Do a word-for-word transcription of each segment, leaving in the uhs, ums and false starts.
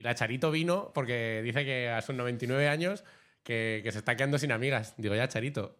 Y la Charito vino porque dice que a sus noventa y nueve años que, que se está quedando sin amigas. Digo, ya, Charito.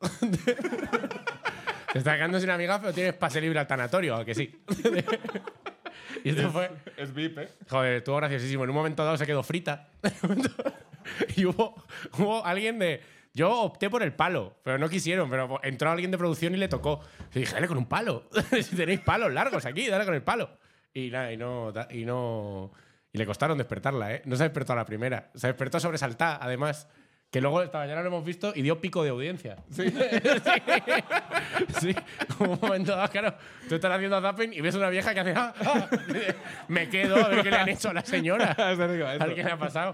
Se está quedando sin amigas, pero tienes pase libre al tanatorio, ¿a que sí? Y esto es, fue... Es V I P, ¿eh? Joder, estuvo graciosísimo. En un momento dado se quedó frita. Y hubo, hubo alguien de... Yo opté por el palo, pero no quisieron. Pero entró alguien de producción y le tocó. Y dije, dale con un palo. Si tenéis palos largos aquí, dale con el palo. Y nada, y no... Y no y le costaron despertarla, ¿eh? No se despertó a la primera. Se despertó sobresaltada, además. Que luego esta mañana lo hemos visto y dio pico de audiencia. Sí. Sí. Sí. Como un momento dado, claro, tú estás haciendo zapping y ves una vieja que hace... ¡Ah! ¡Ah! Me quedo a ver qué le han hecho a la señora. A ver qué le ha pasado.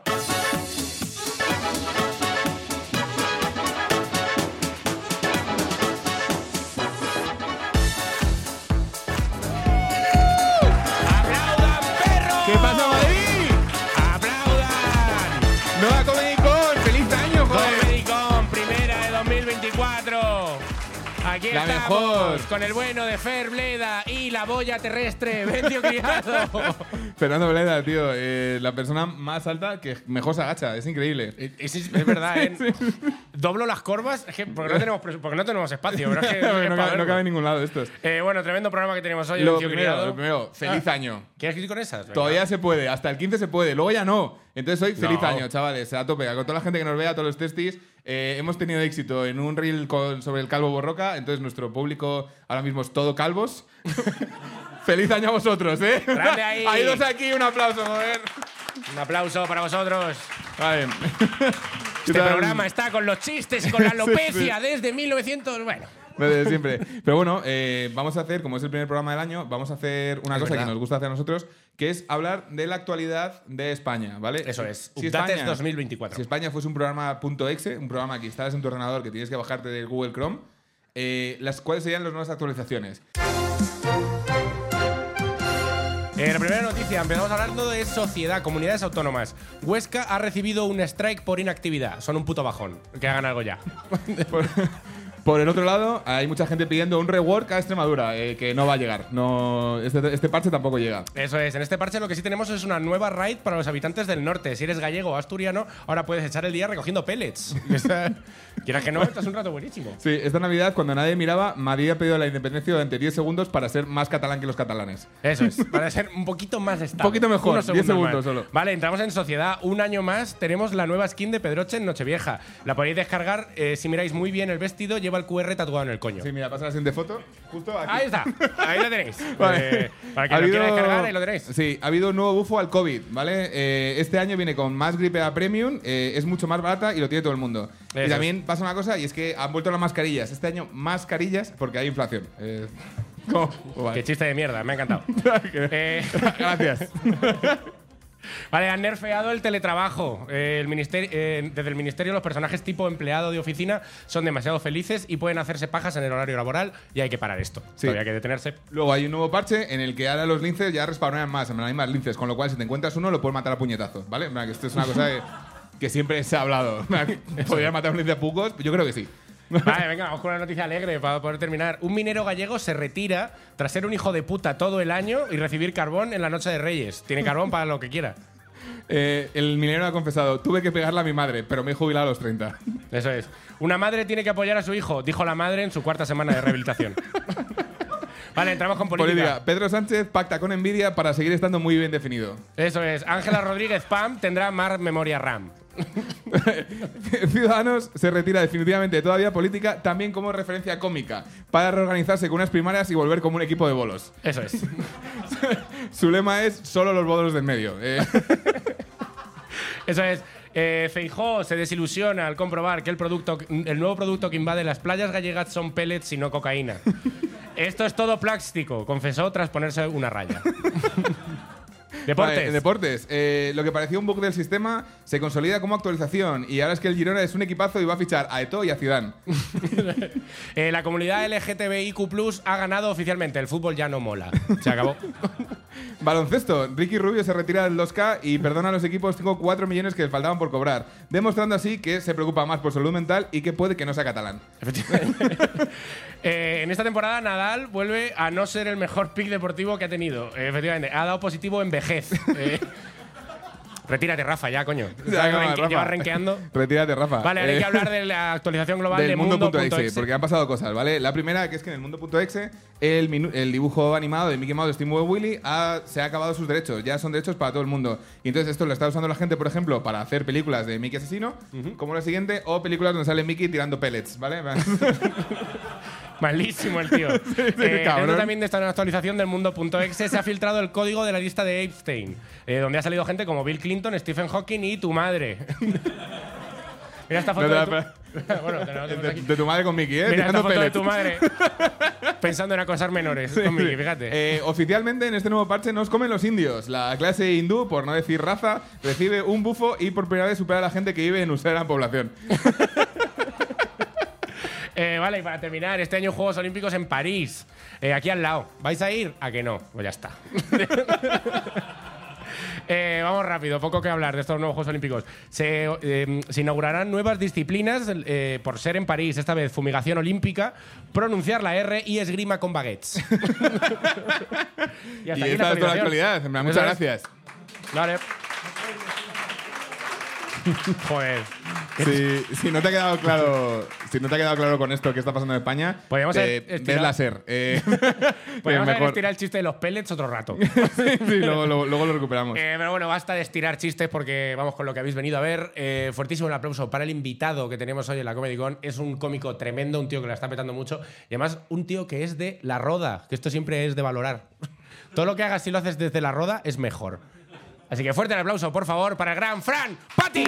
¡Aplaudan, perros! ¿Qué pasa, Madrid? ¡Aplaudan! ¡Nueva Comedy Con! ¡Feliz año, joder! Comedy Con, primera de dos mil veinticuatro. Aquí La estamos mejor. con el bueno de Fer Bleda y la boya terrestre, Bencio Criado. Fernando Bleda, tío, eh, la persona más alta que mejor se agacha. Es increíble. Es, es, es verdad, ¿eh? Sí. Doblo las corvas es que porque, no tenemos, porque no tenemos espacio. Pero es que, no, es no, cabe, no cabe en ningún lado estos. Eh, bueno, tremendo programa que tenemos hoy. Lo Bencio primero, Criado. lo primero, feliz Ah, año. ¿Quieres ir con esas? Venga. Todavía se puede, hasta el quince se puede, luego ya no. Entonces hoy, feliz No. año, chavales, a tope. Con toda la gente que nos vea, todos los testis. Eh, hemos tenido éxito en un reel con, sobre el calvo Borroca, entonces nuestro público ahora mismo es todo calvos. ¡Feliz año a vosotros, eh! Grande ahí. Hay dos aquí, un aplauso, joder. Un aplauso para vosotros. Vale. Este programa está con los chistes y con la alopecia Sí, sí. desde mil novecientos. Bueno. Desde siempre. Pero bueno, eh, vamos a hacer, como es el primer programa del año, vamos a hacer una Es cosa verdad. que nos gusta hacer a nosotros, que es hablar de la actualidad de España, ¿vale? Eso es. Si Updates España- dos mil veinticuatro. Si España fuese un programa .exe, un programa que instalas en tu ordenador que tienes que bajarte del Google Chrome, eh, las, ¿cuáles serían las nuevas actualizaciones? Eh, la primera noticia, empezamos hablando de sociedad, comunidades autónomas. Huesca ha recibido un strike por inactividad. Son un puto bajón. Que hagan algo ya. Por, por el otro lado, hay mucha gente pidiendo un rework a Extremadura, eh, que no va a llegar. No, este, este parche tampoco llega. Eso es. En este parche lo que sí tenemos es una nueva raid para los habitantes del norte. Si eres gallego o asturiano, ahora puedes echar el día recogiendo pellets. Esta- Quieras que no, esto es un rato buenísimo. Sí, esta Navidad, cuando nadie miraba, Madrid ha pedido la independencia durante diez segundos para ser más catalán que los catalanes. Eso es, para ser un poquito más estable. Un poquito mejor, Unos diez segundos más. solo. Vale, entramos en sociedad. Un año más tenemos la nueva skin de Pedroche en Nochevieja. La podéis descargar. eh, si miráis muy bien el vestido, lleva el cu erre tatuado en el coño. Sí, mira, pasa la siguiente foto. Justo aquí. Ahí está, ahí lo tenéis. Vale. Eh, para que Ha lo quiera habido- descargar, ahí lo tenéis. Sí, ha habido un nuevo bufo al COVID, ¿vale? Eh, este año viene con más gripe a premium, eh, es mucho más barata y lo tiene todo el mundo. Eso y también pasa una cosa, y es que han vuelto las mascarillas. Este año, mascarillas porque hay inflación. Eh, ¿cómo? Oh, vale. Qué chiste de mierda, me ha encantado. Eh, Gracias. Vale, han nerfeado el teletrabajo. Eh, el ministerio, eh, desde el ministerio, los personajes tipo empleado de oficina son demasiado felices y pueden hacerse pajas en el horario laboral y hay que parar esto. Sí. Todavía hay que detenerse. Luego hay un nuevo parche en el que ahora los linces ya respawnean más, en plan, hay más linces, con lo cual si te encuentras uno lo puedes matar a puñetazos, ¿vale? En plan, que esto es una cosa que, que siempre se ha hablado. ¿Podrías matar a un lince a pucos? Yo creo que sí. Vale, venga, vamos con una noticia alegre para poder terminar. Un minero gallego se retira tras ser un hijo de puta todo el año y recibir carbón en la noche de Reyes. Tiene carbón para lo que quiera. Eh, el minero ha confesado, tuve que pegarle a mi madre, pero me he jubilado a los treinta. Eso es. Una madre tiene que apoyar a su hijo, dijo la madre en su cuarta semana de rehabilitación. Vale, entramos con política. Política. Pedro Sánchez pacta con Nvidia para seguir estando muy bien definido. Eso es. Ángela Rodríguez Pam tendrá más memoria RAM. Ciudadanos se retira definitivamente de toda vida política, también como referencia cómica, para reorganizarse con unas primarias y volver como un equipo de bolos. Eso es. Su lema es solo los bolos del medio. Eh, Eso es. Eh, Feijóo se desilusiona al comprobar que el, producto, el nuevo producto que invade las playas gallegas son pellets y no cocaína. Esto es todo plástico, confesó tras ponerse una raya. Deportes. Vale, en deportes. Eh, lo que parecía un bug del sistema se consolida como actualización y ahora es que el Girona es un equipazo y va a fichar a Eto'o y a Zidane. Eh, la comunidad L G T B I Q plus ha ganado oficialmente. El fútbol ya no mola. Se acabó. Baloncesto. Ricky Rubio se retira del dos K y perdona a los equipos tengo cuatro millones que les faltaban por cobrar, demostrando así que se preocupa más por salud mental y que puede que no sea catalán. Efectivamente. Eh, en esta temporada Nadal vuelve a no ser el mejor pick deportivo que ha tenido. Eh, efectivamente, ha dado positivo en vejez. Eh, Retírate, Rafa, ya, coño. Ya, no, Renque- Rafa. Llevas renqueando. Retírate, Rafa. Vale, ahora hay Eh, que hablar de la actualización global del de mundo.exe, mundo.exe. porque han pasado cosas, ¿vale? La primera, que es que en el mundo.exe el, minu- el dibujo animado de Mickey Mouse de Steamboat Willie ha- se ha acabado sus derechos, ya son derechos para todo el mundo. Y entonces esto lo está usando la gente, por ejemplo, para hacer películas de Mickey asesino, como la siguiente, o películas donde sale Mickey tirando pellets, ¿vale? Malísimo el tío. eh, cabrón. dentro también de esta nueva actualización del mundo.exe se ha filtrado el código de la lista de Epstein, eh, donde ha salido gente como Bill Clinton, Stephen Hawking y tu madre. Mira esta foto No te de la- tu... bueno, tenemos de, aquí. de tu madre con Mickey, ¿eh? Mira esta tirando foto de pellets. tu madre pensando en acosar menores con Mickey, fíjate. Eh, oficialmente en este nuevo parche nos comen los indios. La clase hindú, por no decir raza, recibe un bufo y por primera vez supera a la gente que vive en usar la población. Eh, vale, y para terminar, este año Juegos Olímpicos en París, eh, aquí al lado. ¿Vais a ir? ¿A que no? Pues ya está. Eh, vamos rápido, poco que hablar de estos nuevos Juegos Olímpicos. Se, eh, se inaugurarán nuevas disciplinas eh, por ser en París, esta vez fumigación olímpica, pronunciar la R y esgrima con baguettes. Y, hasta aquí esta es toda la actualización. actualidad. En plan, muchas Eso es. gracias. Vale. Joder. Si, si no te ha quedado claro, si no te ha quedado claro con esto que está pasando en España, Podríamos te- haber ves estirado- la SER. Eh, Podríamos haber mejor. estirado el chiste de los pellets otro rato. Sí, luego, luego- luego lo recuperamos. Eh, pero bueno, basta de estirar chistes porque vamos con lo que habéis venido a ver. Eh, fuertísimo el aplauso para el invitado que tenemos hoy en la Comedy Con. Es un cómico tremendo, un tío que la está petando mucho. Y además, un tío que es de La Roda, que esto siempre es de valorar. Todo lo que hagas si lo haces desde La Roda es mejor. Así que fuerte el aplauso, por favor, para el gran Fran Pati.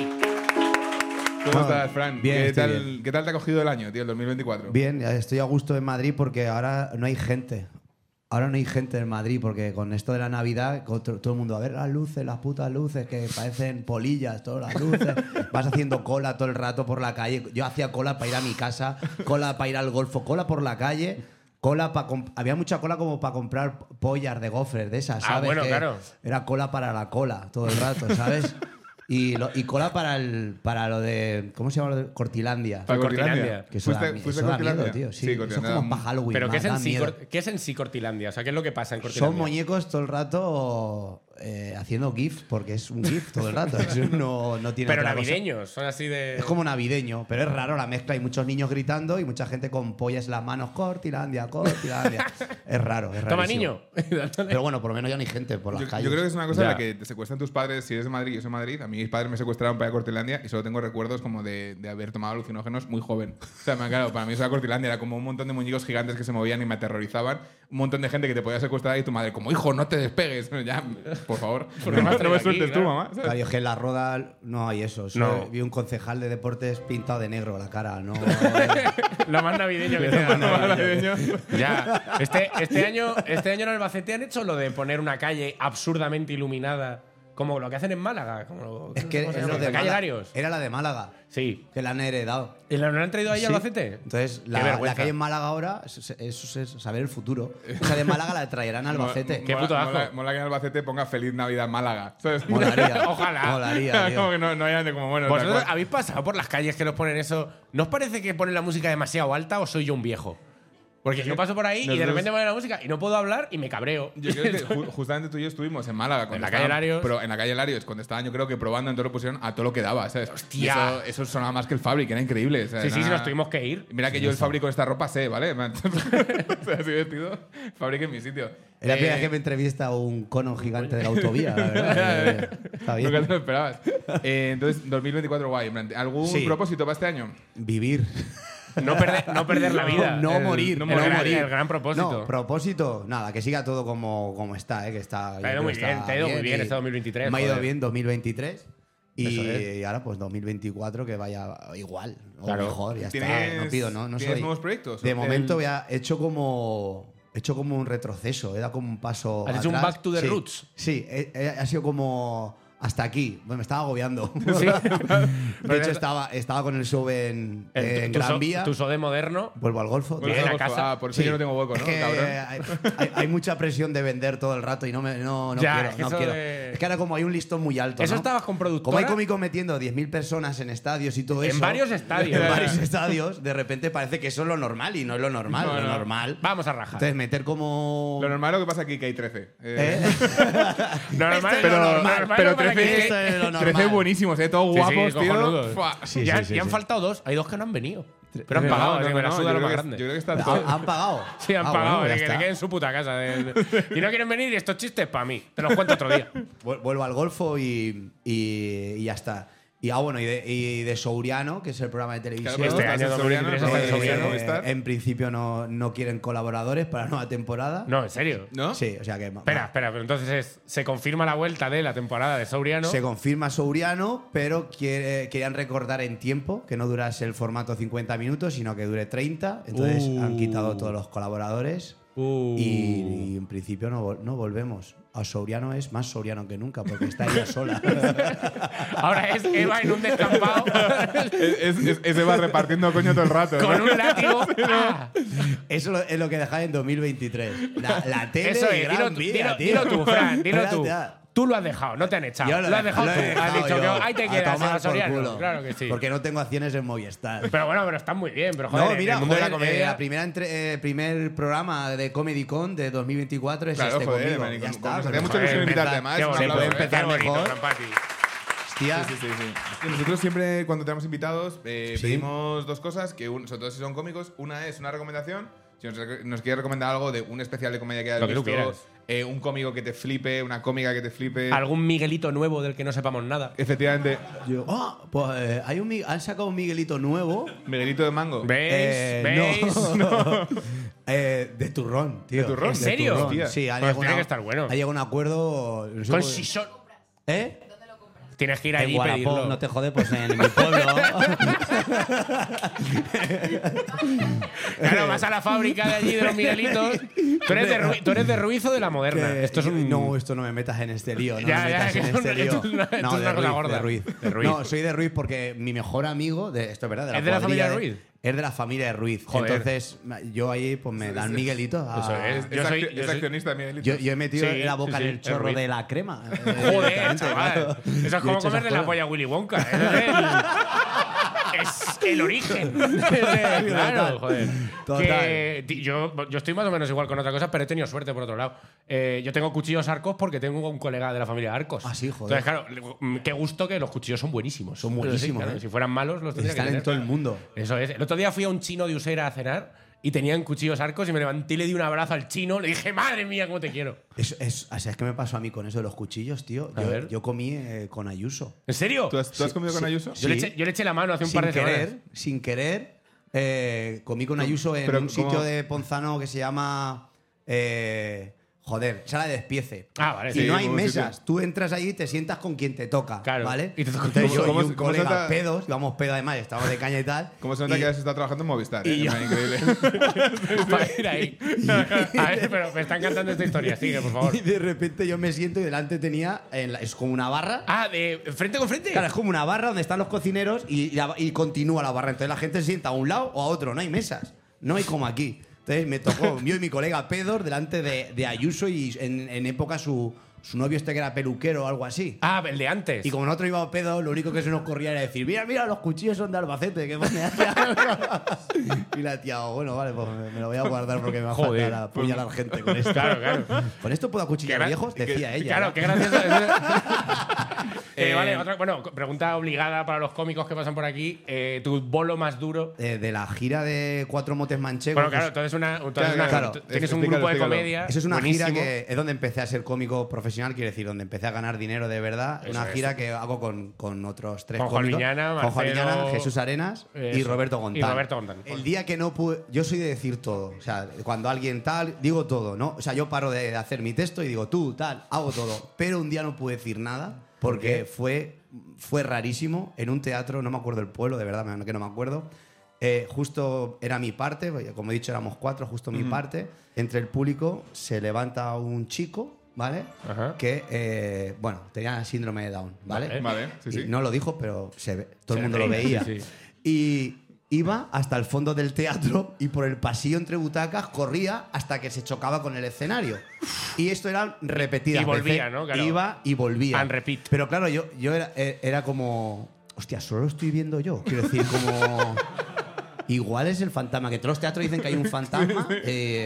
¿Cómo estás, Fran? bien, ¿Qué, estoy tal, bien. ¿Qué tal te ha cogido el año, tío, el dos mil veinticuatro? Bien, estoy a gusto en Madrid porque ahora no hay gente. Ahora no hay gente en Madrid porque con esto de la Navidad con to- todo el mundo a ver las luces, las putas luces que parecen polillas, todas las luces. Vas haciendo cola todo el rato por la calle. Yo hacía cola para ir a mi casa, cola para ir al golfo, cola por la calle. Cola para había mucha cola como para comprar pollas de gofres de esas, Ah, ¿sabes? bueno, Que claro. Era cola para la cola todo el rato, ¿sabes? Y, lo- y cola para el para lo de ¿cómo se llama lo de Cortilandia? ¿Para Cortilandia. Cortilandia? Que eso da, ¿Fuiste, mi- fuiste eso a da miedo, Cortilandia? tío. Sí, Sí, eso es Cortilandia. como para Halloween. ¿Pero más, qué es, en da sí, miedo. Cor- ¿qué es en sí Cortilandia? O sea, ¿qué es lo que pasa en Cortilandia? Son muñecos todo el rato eh, haciendo GIF, porque es un GIF todo el rato. Eso no, no tiene Pero otra cosa. navideños, son así de... Es como navideño, pero es raro la mezcla. Hay muchos niños gritando y mucha gente con pollas en las manos. Cortilandia, Cortilandia. Es raro, es raro. Toma, niño. Pero bueno, por lo menos ya no hay gente por las Yo, calles. yo creo que es una cosa Ya. en la que te secuestran tus padres. Si eres de Madrid, yo soy de Madrid. A mí mis padres me secuestraron para ir a Cortilandia y solo tengo recuerdos como de, de haber tomado alucinógenos muy joven. O sea, me- claro, para mí eso era Cortilandia. Era como un montón de muñecos gigantes que se movían y me aterrorizaban. Un montón de gente que te podía secuestrar y tu madre, como hijo, no te despegues. Ya, por favor. ¿Por qué no, me has no traído me aquí, sueltes tú, claro? mamá. ¿sabes? Claro, y es que en la roda no hay eso. No. Solo Vi un concejal de deportes pintado de negro la cara. No, Lo más navideño que Lo te más navideño. Ya. Este, este, año, este año en Albacete han hecho lo de poner una calle absurdamente iluminada, como lo que hacen en Málaga. Como lo- es que ¿cómo se es llama? lo de La calle Málaga. Larios. Era la de Málaga, Sí. que la han heredado. ¿Y la no la han traído ahí a Sí. Albacete? Entonces, Qué la, vergüenza. la que hay en Málaga ahora, eso, es- eso es saber el futuro. O sea, de Málaga la traerán a Albacete. Qué Mola- puto asco. Mola, mola que en Albacete ponga Feliz Navidad Málaga. ¿sabes? Molaría. Ojalá. Molaría, tío. como que no, no hayan de como bueno. tal ¿Vosotros cual. habéis pasado por las calles que nos ponen eso? ¿No os parece que ponen la música demasiado alta o soy yo un viejo? Porque yo paso por ahí y de Nosotros- repente ponen la música y no puedo hablar y me cabreo. Yo creo que ju- justamente tú y yo estuvimos en Málaga. cuando En la calle estaban- Larios. Pero en la calle Larios, cuando estaban, yo creo que probando, entonces lo pusieron a todo lo que daba, ¿sabes? Hostia. Y Eso, eso sonaba más que el Fabric, era increíble. o sea, Sí, sí, sí, nada- nos tuvimos que ir. Mira que yo el Fabric con esta ropa sé, ¿vale? o sea, así vestido, Fabric en mi sitio. Es la primera Eh, vez que me entrevista un cono gigante de la autovía, la verdad. Eh, Está bien. Nunca te lo esperabas. Eh, entonces, dos mil veinticuatro, guay. en plan, ¿Algún Sí. propósito para este año? Vivir. No perder, no perder la vida. No El- morir, el no gran- morir. El gran propósito. No, propósito, nada, que siga todo como, como está, ¿eh? Que está, Te ha ido yo muy creo que bien, está te ha ido muy bien y este dos mil veintitrés, Me ha ido joder. bien dos mil veintitrés. Y, Eso es. y ahora, pues dos mil veinticuatro, que vaya igual o Claro. mejor, ya está. ¿Tienes- No pido, no, no ¿tienes soy. nuevos proyectos? De El- momento voy a- he hecho como. He hecho como un retroceso, he dado como un paso. ¿Has hecho un atrás. back to the Sí, roots? Sí, he- he- ha sido como. Hasta aquí. Bueno, me estaba agobiando. Sí. De hecho, estaba, estaba con el show en, El- en tu, Gran so- Vía. tu sode moderno. Vuelvo al golfo. Bueno, Bien, a Golfo. casa. Ah, por eso Sí. yo no tengo hueco, ¿no? Es que Cabrón. hay, hay- hay mucha presión de vender todo el rato y no, me, no, no Ya, quiero. es que no eso quiero. de- Es que ahora como hay un listón muy alto. ¿Eso ¿no? estabas con productora? Como hay cómicos metiendo diez mil personas en estadios y todo En eso. varios estadios. En varios estadios, de repente parece que eso es lo normal y no es lo normal. No, lo no. normal. Vamos a rajar. Entonces, meter como. Lo normal lo que pasa aquí que hay trece. Eh, ¿Eh? Lo normal, Este es lo lo normal, normal pero lo que pasa verdad que trece, Eso es lo normal. trece buenísimos, ¿eh? Todos Sí, sí, guapos, tío. cojonudos. Fua. Sí, ya sí, sí, y han sí. faltado dos. Hay dos que no han venido. Pero han No, pagado, no, así que no, me la no, suda yo lo creo más que- grande. Yo creo que están ¿Han, todos. han pagado? Sí, han Ah, pagado, bueno, ya que, que está. queden en su puta casa. de- y no quieren venir, y estos chistes para mí. Te los cuento otro día. Vuel- Vuelvo al Golfo y, y, y ya está. Y, ah, bueno, y de, y de Souriano, que es el programa de televisión. Claro, Este estás año en dos mil veintitrés está en Eh, Souriano. Movistar. en principio no, no quieren colaboradores para la nueva temporada. No, en serio. ¿No? Sí, o sea que. Espera, espera, pero entonces es- se confirma la vuelta de la temporada de Souriano. Se confirma Souriano, pero quiere- querían recortar en tiempo, que no durase el formato cincuenta minutos, sino que dure treinta. Entonces Uh. han quitado todos los colaboradores Uh. y, y en principio no, vol- no volvemos. A Souriano es más Souriano que nunca, porque está ella sola. Ahora es Eva en un descampado Es, es- ese va repartiendo coño todo el rato. ¿no? con un látigo. Ah. Eso lo- es lo que dejáis en dos mil veintitrés. La, la tele Eso de es, gran dilo, tú- vida, dilo- tío. dilo tú, Fran, dilo tú. Ya. Tú lo has dejado, no te han echado. Yo Lo, has dejado lo tú. he Has dejado dicho yo. que ahí te A quedas, tomar Eva por Soriano. culo. Claro que sí. Porque no tengo acciones en Movistar. Pero bueno, pero están muy bien. Pero joder, No, en mira, el mundo de joder, la eh, comedia. la primera entre, eh, primer programa de Comedy Con de dos mil veinticuatro es Claro, este joder, conmigo. maricón, Ya como está. nos hacía pero mucha joder, ilusión empezar- invitarte, además, Qué un bonito, puede aplauso. empezar qué bonito, mejor. Fran Pati. Hostia. Sí, sí, sí, sí. Nosotros siempre cuando tenemos invitados eh, Sí. pedimos dos cosas, que un- sobre todo si son cómicos. Una es una recomendación. Si nos, nos quieres recomendar algo de un especial de comedia que hayas Lo que tú visto, quieras. eh, un cómico que te flipe, una cómica que te flipe. ¿Algún Miguelito nuevo del que no sepamos nada? Efectivamente, Yo, ah, pues eh, hay un, Mi- han sacado un Miguelito nuevo. Miguelito de Mango. ¿Veis? Eh, ¿Veis? no. Eh, de turrón, tío. ¿De turrón? ¿En serio? turrón. Hostia. Sí, han Pues llegado tiene a- que estar bueno. Ha llegado a un acuerdo. no sé Con cómo- Sison. ¿Eh? Tienes que ir En allí y Wallapop, pedirlo. no te jodes, pues en mi pueblo. Claro, vas a la fábrica de allí de los Miguelitos. Tú eres de, Ru- tú eres de Ruiz o de la Moderna. Que- esto es un. No, esto no me metas en este lío. No Ya, me ya, metas que en esto este es lío. una- esto es no, una de cosa Ruiz, gorda. de Ruiz. De Ruiz. No, soy de Ruiz porque mi mejor amigo, de, esto es verdad, de la ¿Es de la cuadrilla familia Ruiz? Es de la familia de Ruiz. Joder. Entonces, yo ahí pues me dan Miguelito. a- Eso es. Es, Yo soy- acci- yo es soy- accionista de Miguelito. Yo, yo he metido Sí, la boca sí, en sí, el es chorro Ruiz. de la crema. eh, Joder, directamente, chaval. claro. Eso es Yo he como hecho comerle esas la cosas. polla a Willy Wonka. Eso es el, es el origen. Claro, joder. Total. Que ti- yo, yo estoy más o menos igual con otra cosa, pero he tenido suerte por otro lado. Eh, yo tengo cuchillos Arcos porque tengo un colega de la familia Arcos. Ah, sí, joder. Entonces, claro, mm, qué gusto que los cuchillos son buenísimos. Son Pero sí, buenísimos, claro, ¿eh? Si fueran malos, los tendría Están que en tener. todo el mundo. Eso es. El otro día fui a un chino de Usera a cenar y tenían cuchillos Arcos y me levanté y le di un abrazo al chino. Le dije, madre mía, cómo te quiero. Es, es, o sea, es que me pasó a mí con eso de los cuchillos, tío. A Yo, ver. yo comí eh, con Ayuso. ¿En serio? ¿Tú has, tú has comido con Ayuso? Yo, le Sí. eché, yo le eché la mano hace un sin par de querer, semanas. sin querer, eh, comí con Ayuso en pero un ¿cómo? sitio de Ponzano que se llama. eh, joder, sala de despiece. Ah, vale, Y sí, no hay como un mesas. sitio. Tú entras ahí y te sientas con quien te toca. Claro. ¿Vale? Y te toca- Entonces yo ¿Cómo y se- un cómo se colega nota? pedos, íbamos pedos además, estábamos de caña y tal. ¿Cómo se nota y- que ya se está trabajando en Movistar? y eh? yo- Increíble. Para ir ahí. A ver, pero me está encantando esta historia. Sigue, por favor. Y de repente yo me siento y delante tenía. en la- es como una barra. Ah, de frente con frente. Claro, es como una barra donde están los cocineros y, y la- y continúa la barra. Entonces la gente se sienta a un lado o a otro. No hay mesas. No hay como aquí. Entonces me tocó yo y mi colega Pedor delante de, de Ayuso y en, en época su, su novio este que era peluquero o algo así. Ah, el de antes. Y como nosotros íbamos pedos, lo único que se nos corría era decir, mira, mira, los cuchillos son de Albacete, que pone Y la tía, oh, bueno, vale, pues me, me lo voy a guardar porque me va a Joder, faltar apuñalar gente con esto. Claro, claro. ¿Con esto puedo acuchillar Qué gra- viejos? Decía que- ella. Claro, ¿no? qué gracioso. Eh, Eh, vale, otra, bueno, pregunta obligada para los cómicos que pasan por aquí. Eh, ¿Tu bolo más duro? Eh, de la gira de Cuatro Motes Manchegos. Bueno, que claro, es- entonces una, entonces Claro, una- claro. tienes un Explícalo, grupo de explícalo. comedia. Eso es una buenísimo. gira que es donde empecé a ser cómico profesional, quiero decir, donde empecé a ganar dinero de verdad. Eso una es. gira que hago con, con otros tres Con Juan cómicos. Liñana, Con Juan Marcelo, Liñana, Jesús Arenas y eso. Roberto Gontán. Y Roberto Gontán. El día que no pude... Yo soy de decir todo. O sea, cuando alguien tal, digo todo, ¿no? O sea, yo paro de hacer mi texto y digo tú, tal, hago todo. Pero un día no pude decir nada porque fue, fue rarísimo. En un teatro, no me acuerdo el pueblo, de verdad que no me acuerdo. Eh, justo era mi parte, como he dicho, éramos cuatro, justo mi parte. Entre el público se levanta un chico, ¿vale? Ajá. Que, eh, bueno, tenía síndrome de Down, ¿vale? Vale. Vale, sí, Y sí. no lo dijo, pero se ve- todo Se el mundo ve, lo veía. sí, sí. Y iba hasta el fondo del teatro y por el pasillo entre butacas corría hasta que se chocaba con el escenario. Y esto era repetidas Y volvía, veces. ¿no? Claro. Iba y volvía. And repeat. Pero claro, yo, yo era, eh, era como... Hostia, solo lo estoy viendo yo. Quiero decir, como... Igual es el fantasma, que todos los teatros dicen que hay un fantasma. eh,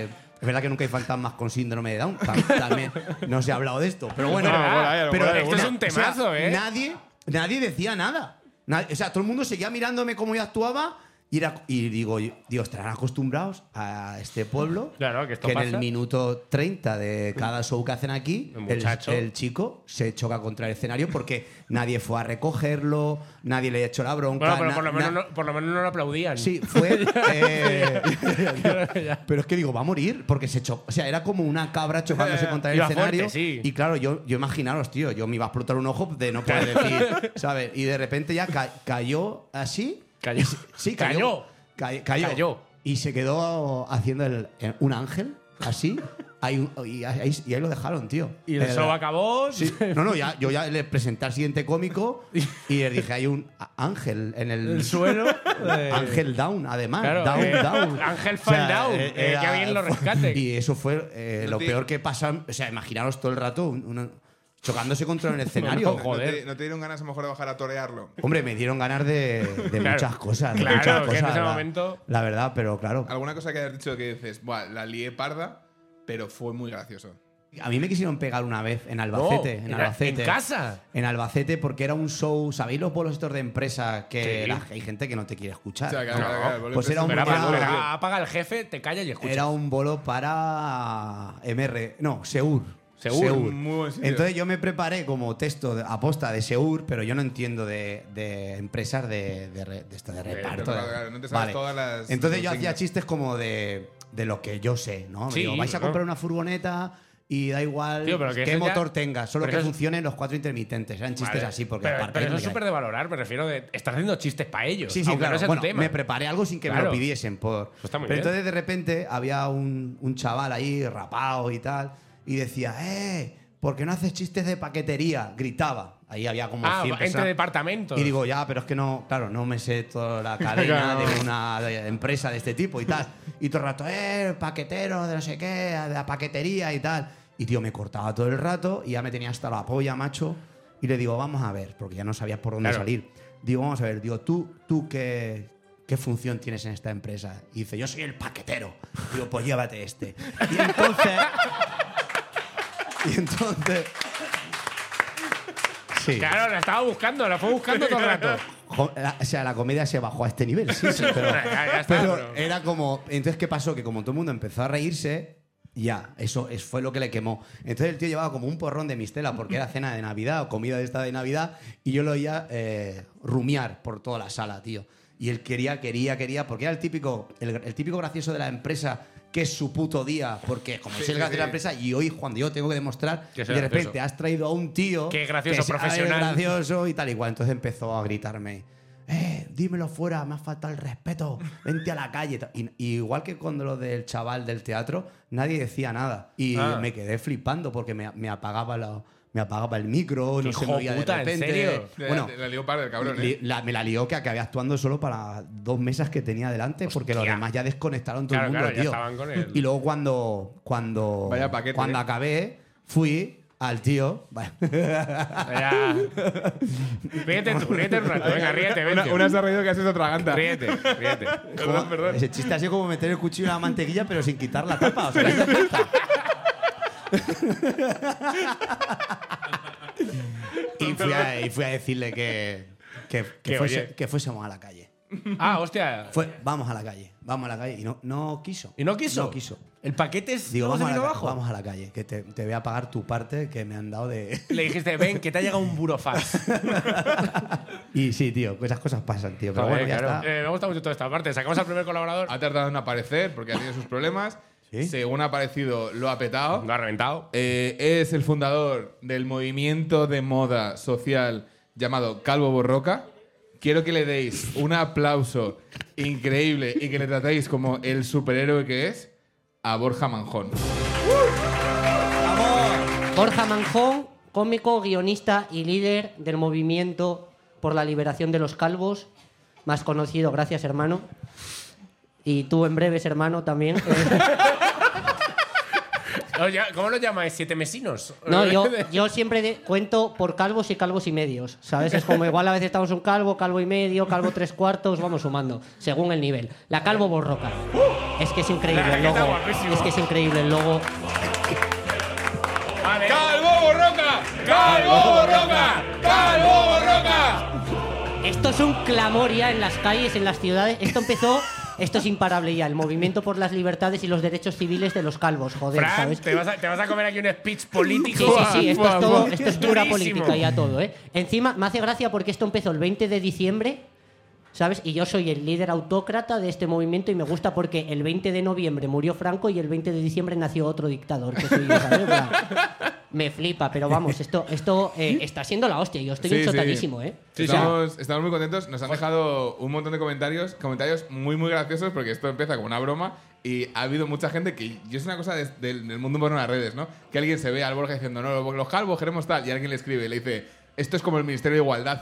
Es verdad que nunca hay fantasmas con síndrome de Down. También no se ha hablado de esto. Pero bueno, No, no, por ahí, a lo pero mejor esto es un temazo, o sea, ¿eh? Nadie, nadie decía nada. Nadie- o sea, todo el mundo seguía mirándome cómo yo actuaba. Y, era- y digo, digo, estarán acostumbrados a este pueblo. Claro, que esto en pasa. el minuto treinta de cada show que hacen aquí, El el, muchacho. el chico se choca contra el escenario porque nadie fue a recogerlo, nadie le echó la bronca. Bueno, pero na- por lo, na- menos no, por lo menos no lo aplaudían. Sí, fue. eh, Claro, ya. pero es que digo, va a morir porque se chocó. O sea, era como una cabra chocándose contra el Iba escenario. fuerte, sí. Y claro, yo, yo imaginaros, tío, yo me iba a explotar un ojo de no poder decir, ¿sabes? Y de repente ya ca- cayó así. Cayó. Sí, cayó. Cayó. Cayó. Cayó. Y se quedó haciendo el- eh, un ángel, así. Ahí, un- y, ahí, y ahí lo dejaron, tío. Y el Eh, show acabó. Sí. No, no, ya, yo ya le presenté al siguiente cómico y le dije, hay un á- ángel en el, El suelo. eh, Ángel Down, además. Claro, down, eh, down. Ángel Fall Down, eh, que era- bien lo rescate. Y eso fue eh, No lo te- peor que pasa. O sea, imaginaros todo el rato un- una- chocándose contra el escenario. No, joder. ¿No te, no te dieron ganas a lo mejor de bajar a torearlo? Hombre, me dieron ganas de, de Claro. muchas cosas. de Claro, muchas que en cosas, ese la- momento- La verdad, pero claro. ¿Alguna cosa que hayas dicho que dices, buah, la lié parda, pero fue muy gracioso? A mí me quisieron pegar una vez en Albacete. No, en en- Albacete. en casa. En Albacete, porque era un show. ¿Sabéis los bolos estos de empresa que Sí. la- hay gente que no te quiere escuchar? O sea, claro, No. claro, claro, Pues era un- Pero era- apaga, era- pero apaga el jefe, te callas y escuchas. Era un bolo para M R. No, Seur. Seur, muy buen sitio. Entonces yo me preparé como texto de- aposta de Seur, pero yo no entiendo de, de empresas de, de, re- de esto de reparto. claro, de- claro, no te sabes todas las Entonces yo consignas. hacía chistes como de, de lo que yo sé, ¿no? Sí, Digo, vais a ¿no? comprar una furgoneta y da igual Tío, pero que qué eso ya- motor tenga, solo pero que eso es- funcionen los cuatro intermitentes. Eran chistes Vale, así, porque pero, aparte pero eso me es cae. súper de valorar, me refiero de. Estás haciendo chistes para ellos. Sí, sí, aunque claro. no sea Bueno, tu tema. me preparé algo sin que me Claro. lo pidiesen. Por... Eso está muy Pero bien. entonces de repente había un, un chaval ahí rapado y tal, y decía, ¡eh! ¿Por qué no haces chistes de paquetería? Gritaba. Ahí había como Ah, cien entre personas. departamentos. Y digo, ya, pero es que no, claro, no me sé toda la cadena Claro. de una de- empresa de este tipo y tal. Y todo el rato, eh, paquetero de no sé qué, de la paquetería y tal. Y tío, me cortaba todo el rato y ya me tenía hasta la polla, macho. Y le digo, vamos a ver, porque ya no sabías por dónde Claro. salir. Digo, vamos a ver, digo, tú, tú qué, qué función tienes en esta empresa. Y dice, yo soy el paquetero. Digo, pues llévate este. Y entonces. y entonces. Sí. Claro, la estaba buscando, la fue buscando todo el rato. Jo- la- O sea, la comedia se bajó a este nivel, sí, sí, pero, Ya, ya está, pero pero- era como. Entonces, ¿qué pasó? Que como todo el mundo empezó a reírse, ya, eso es, fue lo que le quemó. Entonces el tío llevaba como un porrón de mistela porque era cena de Navidad o comida de esta de Navidad y yo lo oía eh, rumiar por toda la sala, tío. Y él quería, quería, quería, porque era el típico, el, el típico gracioso de la empresa que es su puto día, porque como Sí, es el sí, gracioso de la sí. empresa y hoy cuando yo tengo que demostrar, Que y soy de repente gracioso. has traído a un tío Que es gracioso, que sea- profesional. es gracioso y tal igual. Entonces empezó a gritarme, eh, dímelo fuera, me ha faltado el respeto, vente a la calle. Y, y igual que cuando lo del chaval del teatro, nadie decía nada. Y Ah. me quedé flipando porque me, me apagaba la, me apagaba el micro, no Hijo se me oía puta, de ¿en repente. serio? Bueno, la, la lió parda el cabrón, li- ¿eh? la- me la lió que acabé actuando solo para dos mesas que tenía delante porque los Hostia. demás ya desconectaron todo Claro, el mundo, claro, ya tío. estaban con él. Y luego cuando cuando Vaya paquete, cuando ¿eh? acabé, fui al tío. Ya. Ríete tú, ríete un rato. Venga, ríete, Una, vente. una se ha reído que haces otra ganta. Ríete, ríete. Perdón, perdón. Ese chiste ha sido como meter el cuchillo en la mantequilla, pero sin quitar la tapa. O sea, ¿te das cuenta? y, fui a, y fui a decirle que, que, que, Que, fuese- oye. que fuésemos a la calle. Ah, hostia. Fue, vamos a la calle, vamos a la calle. Y no, no quiso. ¿Y no quiso? No quiso. El paquete es. Digo, ¿no vamos se a, la, vino ca- abajo? vamos a la calle, que te, te voy a pagar tu parte que me han dado de. Le dijiste, ven, que te ha llegado un burofax. Y sí, tío, esas cosas pasan, tío. Pero Joder, bueno, ya claro. está. Eh, me gusta mucho toda esta parte. Sacamos al primer colaborador. Ha tardado en aparecer porque ha tenido sus problemas. ¿Sí? Según ha aparecido, lo ha petado. Lo ha reventado. Eh, es el fundador del movimiento de moda social llamado Calvo Borroca. Quiero que le deis un aplauso increíble y que le tratéis como el superhéroe que es a Borja Manjón. Borja Manjón, cómico, guionista y líder del movimiento por la liberación de los calvos, más conocido, gracias hermano. Y tú en breves, hermano, también. Oye, ¿cómo lo llamáis? ¿Siete mesinos? No, yo, yo siempre de- cuento por calvos y calvos y medios, ¿sabes? Es como igual a veces estamos un calvo, calvo y medio, calvo tres cuartos, vamos sumando, según el nivel. La Calvo Borroca. Es que es increíble el Está logo. guapísimo. Es que es increíble el logo. Vale. ¡Calvo Borroca! ¡Calvo Borroca! ¡Calvo Borroca! Esto es un clamor ya en las calles, en las ciudades. Esto empezó... Esto es imparable ya, el movimiento por las libertades y los derechos civiles de los calvos, joder, Fran, ¿sabes? te vas, a, te vas a comer aquí un speech Sí, político. sí, sí, esto es, todo, esto es pura Durísimo. política ya todo, ¿eh? Encima, me hace gracia porque esto empezó el veinte de diciembre, ¿sabes? Y yo soy el líder autócrata de este movimiento y me gusta porque el veinte de noviembre murió Franco y el veinte de diciembre nació otro dictador, que soy yo, ¿sabes? En plan, me flipa, pero vamos, esto, esto eh, está siendo la hostia. Yo estoy Sí, enchotadísimo, sí. ¿eh? Sí, O sea, estamos, estamos muy contentos. Nos han dejado un montón de comentarios, comentarios muy, muy graciosos porque esto empieza como una broma y ha habido mucha gente que... Yo es una cosa de- del, del mundo por las redes, ¿no? Que alguien se ve al Borja diciendo, no, los calvos queremos tal, y alguien le escribe y le dice, esto es como el Ministerio de Igualdad.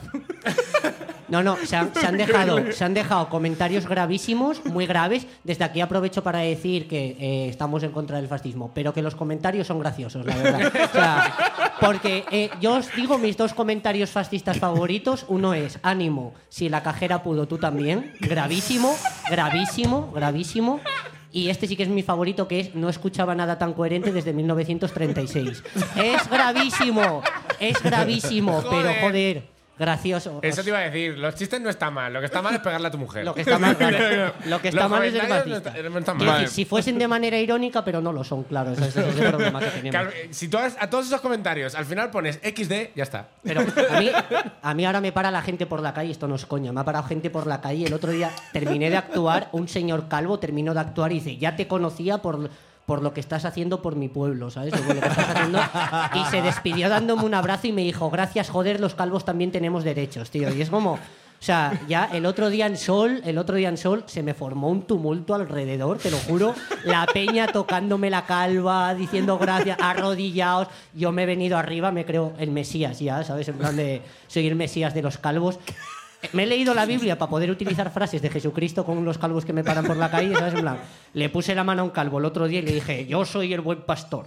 No, no, se han, se han dejado, se han dejado comentarios gravísimos, muy graves. Desde aquí aprovecho para decir que eh, estamos en contra del fascismo, pero que los comentarios son graciosos, la verdad. O sea, porque eh, yo os digo mis dos comentarios fascistas favoritos. Uno es, ánimo, si la cajera pudo, tú también. Gravísimo, gravísimo, gravísimo. Y este sí que es mi favorito, que es no escuchaba nada tan coherente desde mil novecientos treinta y seis. Es gravísimo, es gravísimo, pero Joder. joder, gracioso. Eso te iba a decir. Los chistes no están mal. Lo que está mal es pegarle a tu mujer. Lo que está mal, claro. Lo que está Los mal es el comentarios no fascista. está- no están Quiero mal. decir, si fuesen de manera irónica, pero no lo son, claro. Ese, ese es el problema que tenemos. Claro, si tú has- a todos esos comentarios al final pones equis de, ya está. Pero a mí, a mí ahora me para la gente por la calle, esto no es coña, me ha parado gente por la calle. El otro día terminé de actuar, un señor calvo terminó de actuar y dice, ya te conocía por, por lo que estás haciendo por mi pueblo, ¿sabes? Por lo que estás haciendo. Y se despidió dándome un abrazo y me dijo, gracias, joder, los calvos también tenemos derechos, tío. Y es como... O sea, ya el otro día en Sol, el otro día en Sol, se me formó un tumulto alrededor, te lo juro. La peña tocándome la calva, diciendo gracias, arrodillaos. Yo me he venido arriba, me creo el Mesías ya, ¿sabes? En plan de soy el Mesías de los calvos. Me he leído la Biblia para poder utilizar frases de Jesucristo con los calvos que me paran por la calle, ¿sabes? En plan, le puse la mano a un calvo el otro día y le dije, yo soy el buen pastor.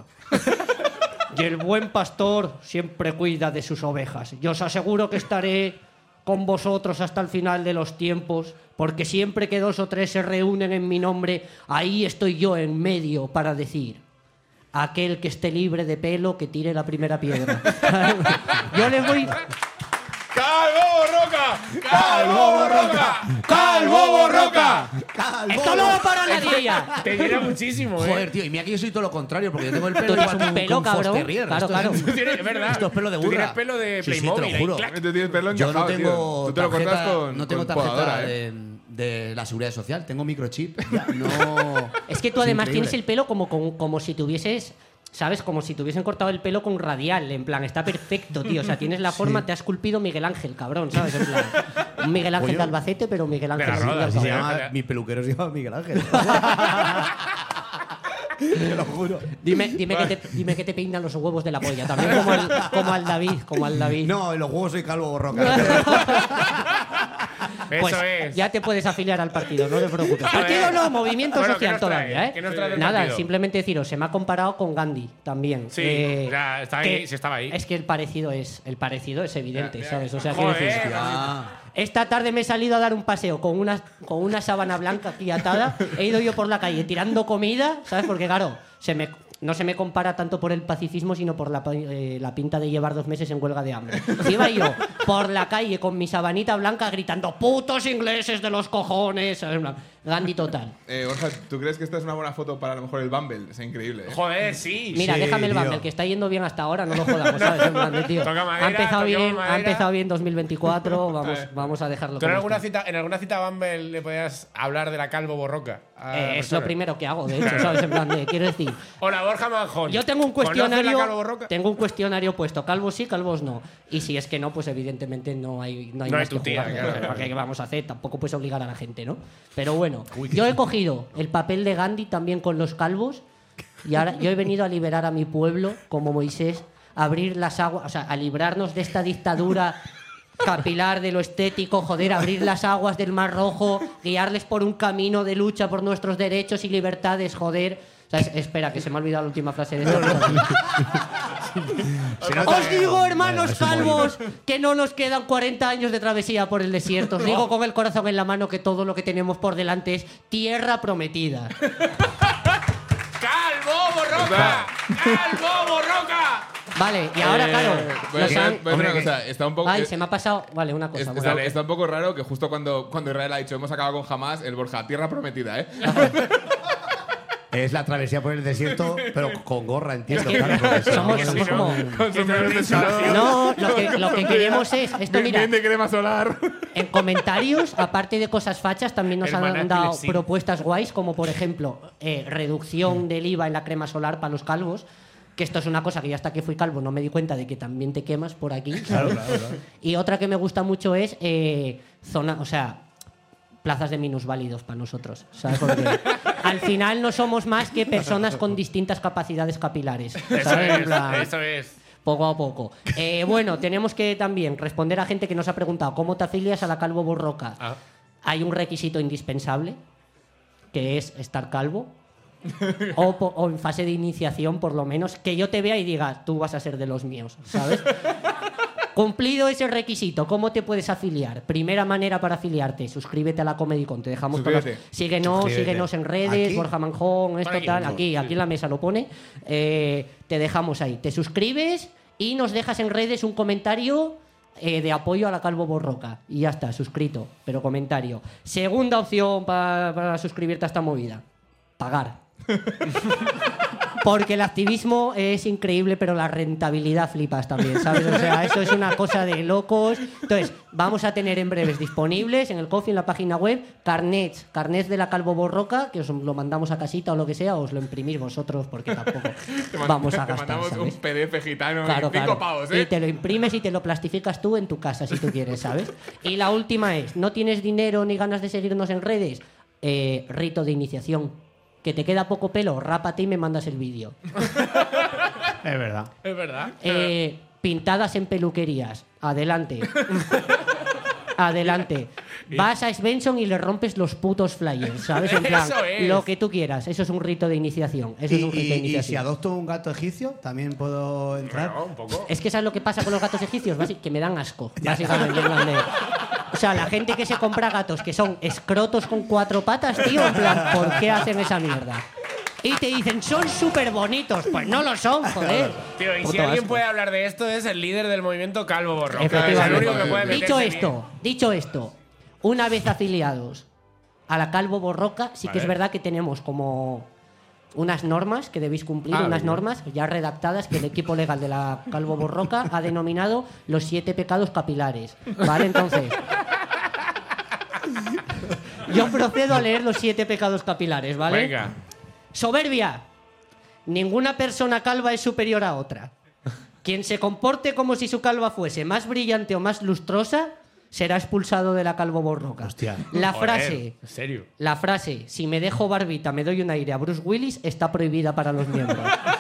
Y el buen pastor siempre cuida de sus ovejas. Yo os aseguro que estaré con vosotros hasta el final de los tiempos, porque siempre que dos o tres se reúnen en mi nombre, ahí estoy yo en medio para decir, aquel que esté libre de pelo, que tire la primera piedra. Yo le voy... ¡Calvo Borroca! ¡Calvo Borroca! ¡Calvo Borroca! ¡Esto no va para nadie ya! Te llena muchísimo, ¿eh? Joder, tío, y mira que yo soy todo lo contrario, porque yo tengo el pelo Tú tienes igual un como pelo, un cabrón. Fosterrier. Claro, Esto es- claro. Tú tienes- es verdad. Esto es pelo de Tú burra. tienes pelo de Sí, sí, te lo Playmobil. ahí, juro. clac. Tú tienes pelo Yo no encajado, tengo tío. Tú te lo tarjeta, cortas con, no tengo con tarjeta podadora, ¿eh? de, de la seguridad social, tengo microchip. Ya, no. Es que tú además increíble. tienes el pelo como, como, como si tuvieses... ¿Sabes? Como si te hubiesen cortado el pelo con radial. En plan, está perfecto, tío. O sea, tienes la forma, te ha esculpido Miguel Ángel, cabrón, ¿sabes? En plan, un Miguel Ángel Oye. de Albacete, pero Miguel Ángel De la al fin y Roda, al sí, Se cabo. sí. llama, ya. mi peluquero se llama Miguel Ángel. Te lo juro. Dime, dime, que te, dime que te peinan los huevos de la polla. También como al, como al David, como al David. No, en los juegos soy calvo borroca. Eso Pues es. ya te puedes afiliar al partido, no te preocupes. Joder. Partido no, movimiento Bueno, ¿qué social nos trae? todavía, ¿eh? ¿Qué nos trae del Nada, partido? simplemente deciros, se me ha comparado con Gandhi también. Sí, Eh, ya, está que- ahí, sí estaba ahí. Es que el parecido es, el parecido es evidente, Ya, ya. ¿sabes? O sea, quiero Joder. decir, Ya. esta tarde me he salido a dar un paseo con una, con una sábana blanca aquí atada. He ido yo por la calle tirando comida, ¿sabes? Porque, claro, se me, no se me compara tanto por el pacifismo, sino por la, pa- eh, la pinta de llevar dos meses en huelga de hambre. Iba yo por la calle con mi sabanita blanca gritando ¡putos ingleses de los cojones! ¿sabes? En plan, Gandhi total. Eh, Borja, ¿tú crees que esta es una buena foto para a lo mejor el Bumble? Es increíble, ¿eh? Joder, sí. Mira, Sí, déjame el tío. Bumble, que está yendo bien hasta ahora, no lo jodamos, ¿sabes? En plan de, tío, Toca madera, ha empezado toquemos bien, madera. ha empezado bien dos mil veinticuatro, vamos, vamos a dejarlo ¿Tú en como alguna, está. cita, en alguna cita Bumble le podías hablar de la Calvo Borroca? a la Eh, es persona? lo primero que hago, de hecho, ¿sabes? En plan de, quiero decir, Hola, Borja Manjón. yo tengo un ¿Conoces la cuestionario, Calvo Borroca? tengo un cuestionario puesto, calvos sí, calvos no. Y si es que no, pues evidentemente no hay, no hay No más hay tu que tía, jugar, claro, ¿no? claro. ¿Qué vamos a hacer? Tampoco puedes obligar a la gente, ¿no? Pero bueno, yo he cogido el papel de Gandhi también con los calvos y ahora yo he venido a liberar a mi pueblo, como Moisés, a abrir las aguas, o sea, a librarnos de esta dictadura capilar de lo estético, joder, abrir las aguas del Mar Rojo, guiarles por un camino de lucha por nuestros derechos y libertades, joder. ¿Sabes? Espera, que se me ha olvidado la última frase de esta. Se nota Os que- digo, hermanos Bueno, es un calvos, que no nos quedan cuarenta años de travesía por el desierto. Os digo con el corazón en la mano que todo lo que tenemos por delante es tierra prometida. ¡Calvo Borroca! ¡Calvo Borroca! Vale, y ahora, claro, Voy a nos decir han- voy a decir una cosa. Está un poco. Ay, es- se me ha pasado. Vale, una cosa. es- vale. está, está un poco raro que justo cuando, cuando Israel ha dicho hemos acabado con Hamas, el Borja, tierra prometida, ¿eh? Es la travesía por el desierto, pero con gorra, entiendo. Claro, porque si no- Somos, somos como. Con sombreros de pescador. No, lo que, lo que queremos es. Esto, Bien, mira, bien de crema solar. en comentarios, aparte de cosas fachas, también nos Hermana han dado Clesín. propuestas guays, como por ejemplo, eh, reducción del I V A en la crema solar para los calvos. Que esto es una cosa que ya hasta que fui calvo no me di cuenta de que también te quemas por aquí. ¿sabes? Y otra que me gusta mucho es eh, zona, o sea, plazas de minusválidos para nosotros. ¿Sabes? Porque al final no somos más que personas con distintas capacidades capilares. Eso ¿sabes? En es, plan, eso es. poco a poco. Eh, bueno, tenemos que también responder a gente que nos ha preguntado cómo te afilias a la Calvo Borroca. Ah. Hay un requisito indispensable, que es estar calvo. O, po- o en fase de iniciación, por lo menos, que yo te vea y diga, tú vas a ser de los míos, ¿sabes? Cumplido ese requisito, ¿cómo te puedes afiliar? Primera manera para afiliarte, suscríbete a la Comedy Con. Te dejamos todas las... Suscríbete. Síguenos, Suscríbete. síguenos en redes, Aquí. Borja Manjón, esto aquí, tal, no, aquí, aquí en la mesa lo pone. Eh, te dejamos ahí. Te suscribes y nos dejas en redes un comentario eh, de apoyo a la Calvo Borroca. Y ya está, suscrito, pero comentario. Segunda opción pa- para suscribirte a esta movida. Pagar. Porque el activismo es increíble, pero la rentabilidad flipas también, ¿sabes? O sea, eso es una cosa de locos. Entonces, vamos a tener en breves disponibles en el Coffee, en la página web, carnets, carnets de la Calvo Borroca, que os lo mandamos a casita o lo que sea, o os lo imprimís vosotros, porque tampoco Te mand- vamos a te gastar, mandamos ¿sabes? un P D F gitano Claro, en cinco claro. pavos, Y ¿eh? te lo imprimes y te lo plastificas tú en tu casa, si tú quieres, ¿sabes? Y la última es, ¿no tienes dinero ni ganas de seguirnos en redes? Eh, rito de iniciación. Que te queda poco pelo, rápate y me mandas el vídeo. Es verdad. Es verdad. Eh, pintadas en peluquerías. Adelante. Adelante. Vas a Svensson y le rompes los putos flyers, ¿sabes? En plan, Eso es. lo que tú quieras. Eso es un rito de iniciación. Eso Y, es un rito de y- y si iniciación. adopto un gato egipcio, también puedo entrar. Bueno, un poco. Es que ¿sabes lo que pasa con los gatos egipcios? Basi- Que me dan asco, básicamente. en plan de- O sea, la gente que se compra gatos que son escrotos con cuatro patas, tío, en plan, ¿por qué hacen esa mierda? Y te dicen, son súper bonitos. Pues no lo son, joder. Tío, y si Puto alguien asco. puede hablar de esto es el líder del movimiento Calvo Borroca. Es el Efectivamente. único que puede Dicho meterse esto, dicho esto, una vez afiliados a la Calvo Borroca, sí que Vale. es verdad que tenemos como unas normas que debéis cumplir, Ah, unas bien. normas ya redactadas que el equipo legal de la Calvo Borroca ha denominado los siete pecados capilares. ¿Vale? Entonces, yo procedo a leer los siete pecados capilares, ¿vale? Venga. Soberbia. Ninguna persona calva es superior a otra. Quien se comporte como si su calva fuese más brillante o más lustrosa será expulsado de la Calvo Borroca. Hostia. La Joder, frase, en serio. la frase, si me dejo barbita me doy un aire a Bruce Willis, está prohibida para los miembros.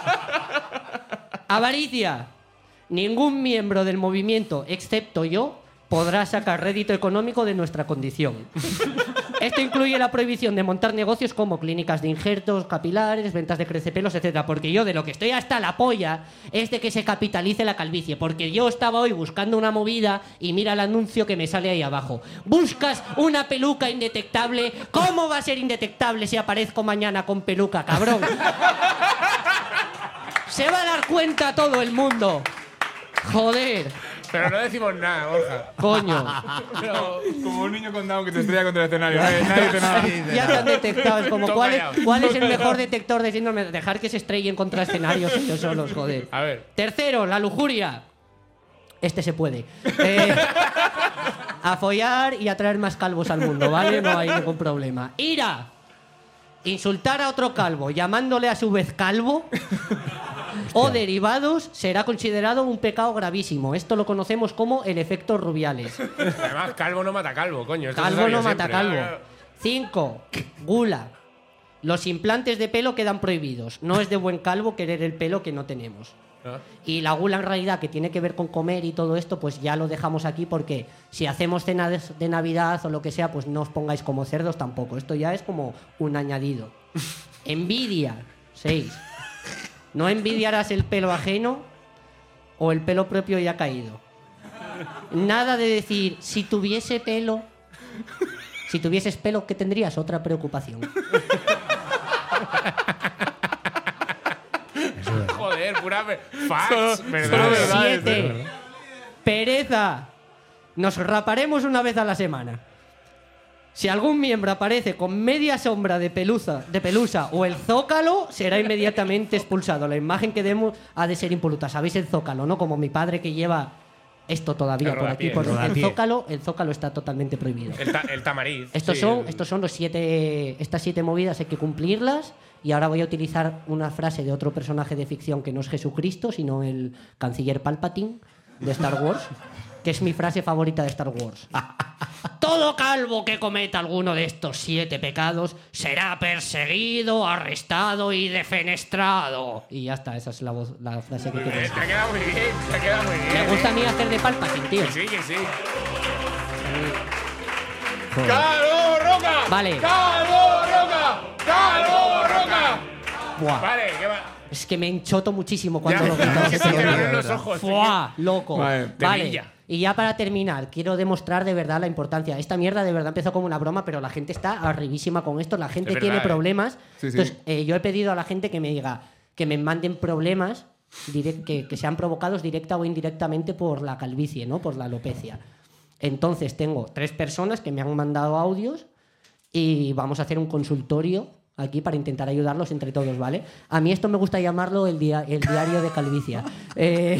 Avaricia. Ningún miembro del movimiento, excepto yo, podrá sacar rédito económico de nuestra condición. Esto incluye la prohibición de montar negocios como clínicas de injertos capilares, ventas de crecepelos, etcétera. Porque yo de lo que estoy hasta la polla es de que se capitalice la calvicie. Porque yo estaba hoy buscando una movida y mira el anuncio que me sale ahí abajo. Buscas una peluca indetectable. ¿Cómo va a ser indetectable si aparezco mañana con peluca, cabrón? Se va a dar cuenta todo el mundo. Joder, Pero no decimos nada, Borja. coño. Pero, Como un niño con Down que te estrella contra el escenario. Nadie, nadie dice nada. Ya te han detectado. Es como, Todo ¿cuál es, callado. cuál es el mejor detector de síndrome? Dejar que se estrellen contra escenarios ellos solos, joder. a ver. Tercero, la lujuria. Este se puede. Eh, a follar y a traer más calvos al mundo, ¿vale? No hay ningún problema. Ira. Insultar a otro calvo llamándole a su vez calvo o derivados será considerado un pecado gravísimo. Esto lo conocemos como el efecto Rubiales. Además, calvo no mata calvo, coño. Esto se Calvo sabía no mata siempre. calvo. Cinco, gula. Los implantes de pelo quedan prohibidos. No es de buen calvo querer el pelo que no tenemos. Ah. Y la gula en realidad, que tiene que ver con comer y todo esto, pues ya lo dejamos aquí porque si hacemos cena de, de Navidad o lo que sea, pues no os pongáis como cerdos tampoco. Esto ya es como un añadido. Envidia. seis. No envidiarás el pelo ajeno o el pelo propio ya caído. Nada de decir, si tuviese pelo... Si tuvieses pelo, ¿qué tendrías? Otra preocupación. Joder, pura pe- facts, ¿verdad? solo verdad. Siete. Pereza. Nos raparemos una vez a la semana. Si algún miembro aparece con media sombra de pelusa, de pelusa o el zócalo, será inmediatamente expulsado. La imagen que demos ha de ser impoluta. ¿Sabéis el zócalo, no? Como mi padre que lleva esto todavía El por aquí. rodapié, Por el el rodapié. zócalo, el zócalo está totalmente prohibido. El, ta- el tamariz. Estos sí, son, el- estos son los siete, estas siete movidas, hay que cumplirlas. Y ahora voy a utilizar una frase de otro personaje de ficción que no es Jesucristo, sino el canciller Palpatine de Star Wars, que es mi frase favorita de Star Wars. Todo calvo que cometa alguno de estos siete pecados será perseguido, arrestado y defenestrado. Y ya está, esa es la, voz, la frase que Eh, quiero Te decir. ha quedado muy bien, te ha quedado muy bien. Me gusta a eh. mí hacer de Palpatine, tío. Que sí, que sí. Joder. ¡Calvo Roca! Vale. ¡Calvo Roca! ¡Calvo Roca! Buah. Vale, ¿qué va? Es que me enchoto muchísimo cuando Ya, lo grito. que se te abren los ojos. ¡Fua! Loco. Vale, te Vale. brilla. Y ya para terminar, quiero demostrar de verdad la importancia. Esta mierda de verdad empezó como una broma, pero la gente está arribísima con esto. La gente Es verdad, tiene eh. problemas. Sí, sí. Entonces, eh, yo he pedido a la gente que me diga que me manden problemas direct- que, que sean provocados directa o indirectamente por la calvicie, ¿no? Por la alopecia. Entonces, tengo tres personas que me han mandado audios y vamos a hacer un consultorio aquí para intentar ayudarlos entre todos, ¿vale? A mí esto me gusta llamarlo el, dia- el diario de calvicie. Eh,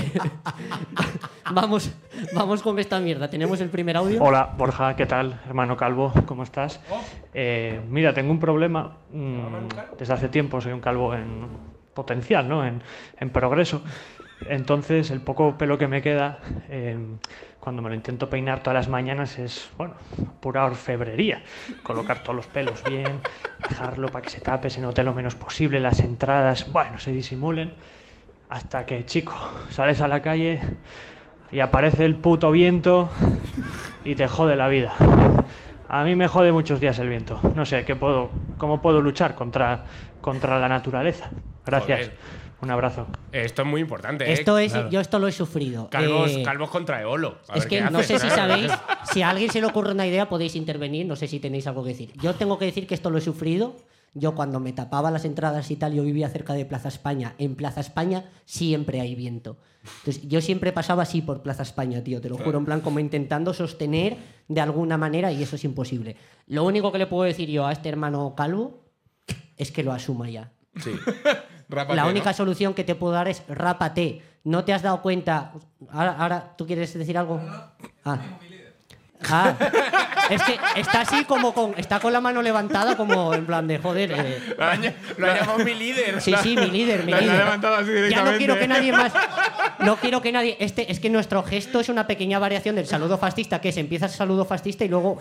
vamos, vamos con esta mierda. Tenemos el primer audio. Hola, Borja, ¿qué tal, hermano calvo? ¿Cómo estás? Eh, mira, tengo un problema. mm, Desde hace tiempo soy un calvo en potencial, ¿no? En, en progreso. Entonces, el poco pelo que me queda, eh, cuando me lo intento peinar todas las mañanas, es, bueno, pura orfebrería. Colocar todos los pelos bien, dejarlo para que se tape, se note lo menos posible, las entradas, bueno, se disimulen. Hasta que, chico, sales a la calle y aparece el puto viento y te jode la vida. A mí me jode muchos días el viento. No sé, ¿qué puedo, ¿cómo puedo luchar contra, contra la naturaleza? Gracias. Joder. Un abrazo. Esto es muy importante, ¿eh? Esto es, yo esto lo he sufrido. Calvos, Eh, calvos contra Eolo. A Es ver que qué no hace, sé si claro. sabéis, si a alguien se le ocurre una idea podéis intervenir, no sé si tenéis algo que decir. Yo tengo que decir que esto lo he sufrido. Yo cuando me tapaba las entradas y tal, yo vivía cerca de Plaza España. En Plaza España siempre hay viento. Entonces yo siempre pasaba así por Plaza España, tío, te lo juro, en plan como intentando sostener de alguna manera y eso es imposible. Lo único que le puedo decir yo a este hermano calvo es que lo asuma ya. Sí. Rápate, La ¿no? única solución que te puedo dar es rápate. ¿No te has dado cuenta? Ahora, ahora ¿tú quieres decir algo? Ah. Ah. Es que está así como con. Está con la mano levantada, como en plan de joder. eh. Lo ha, lo ha llamado mi líder. Sí, sí, mi líder, mi La- la ha líder. levantado así Ya no directamente. quiero que nadie más. No quiero que nadie. Este, es que nuestro gesto es una pequeña variación del saludo fascista, que es empieza el saludo fascista y luego.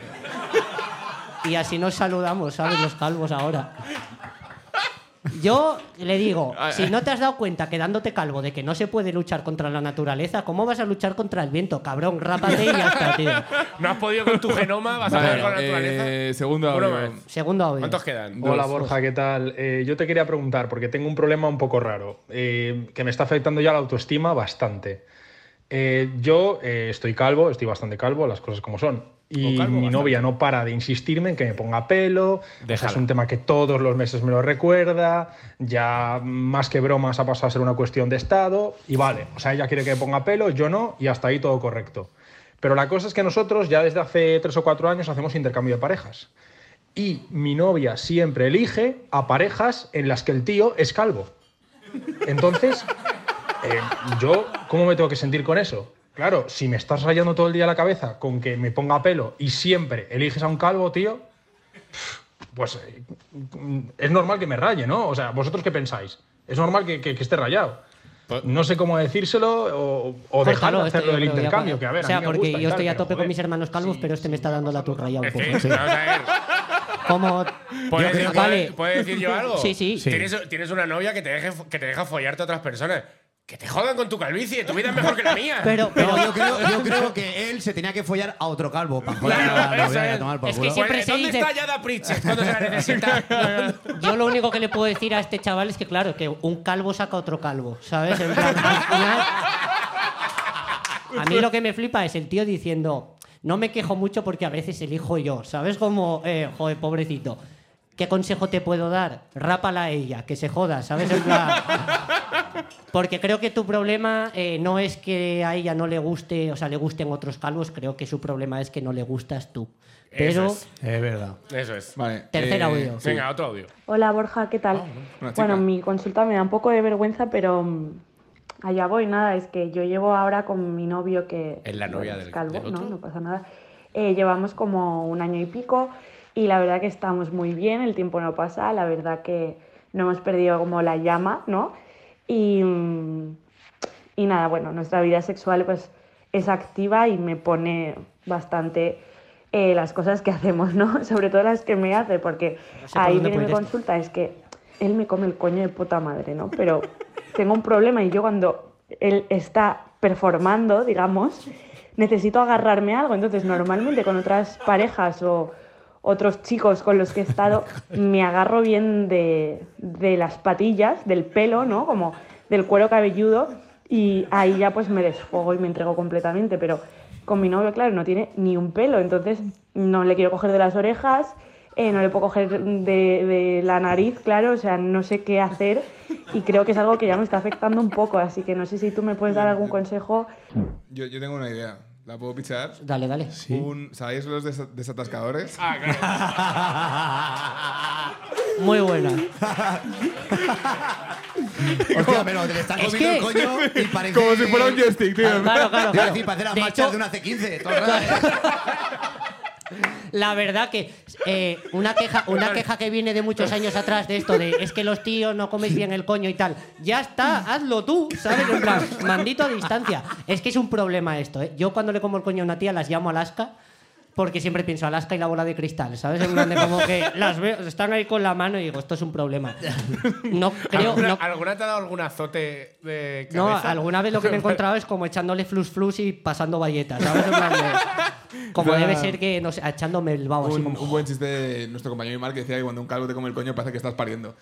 Y así nos saludamos, ¿sabes? Los calvos ahora. Yo le digo, si no te has dado cuenta quedándote calvo de que no se puede luchar contra la naturaleza, ¿cómo vas a luchar contra el viento? Cabrón, rápate y ya está, tío. No has podido con tu genoma, vas a Vale, poder con la naturaleza. eh, segundo Uno audio. más. Segundo audio. ¿Cuántos quedan? Hola Dos. Borja, ¿qué tal? Eh, yo te quería preguntar, porque tengo un problema un poco raro, eh, que me está afectando ya la autoestima bastante. Eh, yo eh, estoy calvo, estoy bastante calvo, las cosas como son. Y O calvo, mi bastante. novia no para de insistirme en que me ponga pelo. O sea, Déjala. es un tema que todos los meses me lo recuerda. Ya más que bromas ha pasado a ser una cuestión de estado. Y vale, o sea, ella quiere que me ponga pelo, yo no, y hasta ahí todo correcto. Pero la cosa es que nosotros ya desde hace tres o cuatro años hacemos intercambio de parejas. Y mi novia siempre elige a parejas en las que el tío es calvo. Entonces, eh, yo, ¿cómo me tengo que sentir con eso? Claro, si me estás rayando todo el día la cabeza con que me ponga pelo y siempre eliges a un calvo, tío, pues eh, es normal que me raye, ¿no? O sea, ¿vosotros qué pensáis? Es normal que, que- que esté rayado. No sé cómo decírselo o, o dejar Córtalo, de este hacerlo yo del creo, ya intercambio, con- que a ver, O sea, a mí me porque gusta y yo tal, estoy a pero, tope con joder. mis hermanos calvos, pero este me está dando la turra ya un Es poco. que, Sí. vamos a ver. Como. ¿Puedes, Yo creo- ¿puedo- vale. ¿puedo decir yo algo? Sí, sí. Tienes, tienes una novia que te, deje, que te deja follarte a otras personas. Que te jodan con tu calvicie, tu vida es mejor que la mía. Pero, pero No, yo creo, yo creo que él se tenía que follar a otro calvo para joder Claro, a la eso novia y a es. tomar por Es que culo. siempre Pues, se ¿dónde dice- está Yada Pritchett cuando se la necesita? yo lo único que le puedo decir a este chaval es que, claro, que un calvo saca otro calvo, ¿sabes? En plan, al final, a mí lo que me flipa es el tío diciendo, no me quejo mucho porque a veces elijo yo, ¿sabes? Como, eh, joder, pobrecito. ¿Qué consejo te puedo dar? Rápala a ella, que se joda, ¿sabes? En plan, porque creo que tu problema eh, no es que a ella no le guste, o sea, le gusten otros calvos, creo que su problema es que no le gustas tú. Pero, Eso Es verdad. Eso es. Vale. Tercer audio. sí. Venga, otro audio. Hola Borja, ¿qué tal? Una chica. Bueno, mi consulta me da un poco de vergüenza, pero mm, allá voy. Nada, es que yo llevo ahora con mi novio que ¿Es la novia bueno, es del- calvo, del otro? ¿no? No pasa nada. Eh, llevamos como un año y pico y la verdad que estamos muy bien, el tiempo no pasa, la verdad que no hemos perdido como la llama, ¿no? Y, mm, y nada, bueno, nuestra vida sexual pues es activa y me pone bastante eh, las cosas que hacemos, ¿no? Sobre todo las que me hace, porque No sé por ahí dónde viene mi puede ir esto. consulta, es que él me come el coño de puta madre, ¿no? Pero tengo un problema y yo cuando él está performando, digamos, necesito agarrarme a algo. Entonces, normalmente con otras parejas o otros chicos con los que he estado, me agarro bien de, de las patillas, del pelo, ¿no? Como del cuero cabelludo y ahí ya pues me desfogo y me entrego completamente. Pero con mi novio, claro, no tiene ni un pelo, entonces no le quiero coger de las orejas, eh, no le puedo coger de, de la nariz, claro, o sea, no sé qué hacer y creo que es algo que ya me está afectando un poco, así que no sé si tú me puedes dar algún consejo. Yo, yo tengo una idea. ¿La puedo pichar? dale, dale. Un, ¿Sabéis los desa- desatascadores? Ah, claro. Muy buena. Hostia, pero te le están Es comiendo que- el coño y parece... Como si fuera un joystick, tío. Claro, claro, Te iba a claro. decir, parece las De marchas hecho, de una C quince. todo el rato. la verdad que eh, una queja una queja que viene de muchos años atrás de esto de es que los tíos no coméis bien el coño y tal. Ya está, hazlo tú, ¿sabes? En plan, mandito a distancia. Es que es un problema esto, ¿eh? Yo cuando le como el coño a una tía las llamo Alaska porque siempre pienso Alaska y la bola de cristal, ¿sabes? En plan de como que las veo, están ahí con la mano y digo, esto es un problema. No creo... ¿Alguna, No, ¿Alguna te ha dado algún azote de no, cabeza? alguna vez lo que me he encontrado es como echándole flus flus y pasando valletas, ¿sabes? En plan de- como Da- debe ser que, no sé, echándome el babo así Un, como... un buen chiste de nuestro compañero Imar que decía que cuando un calvo te come el coño parece que estás pariendo.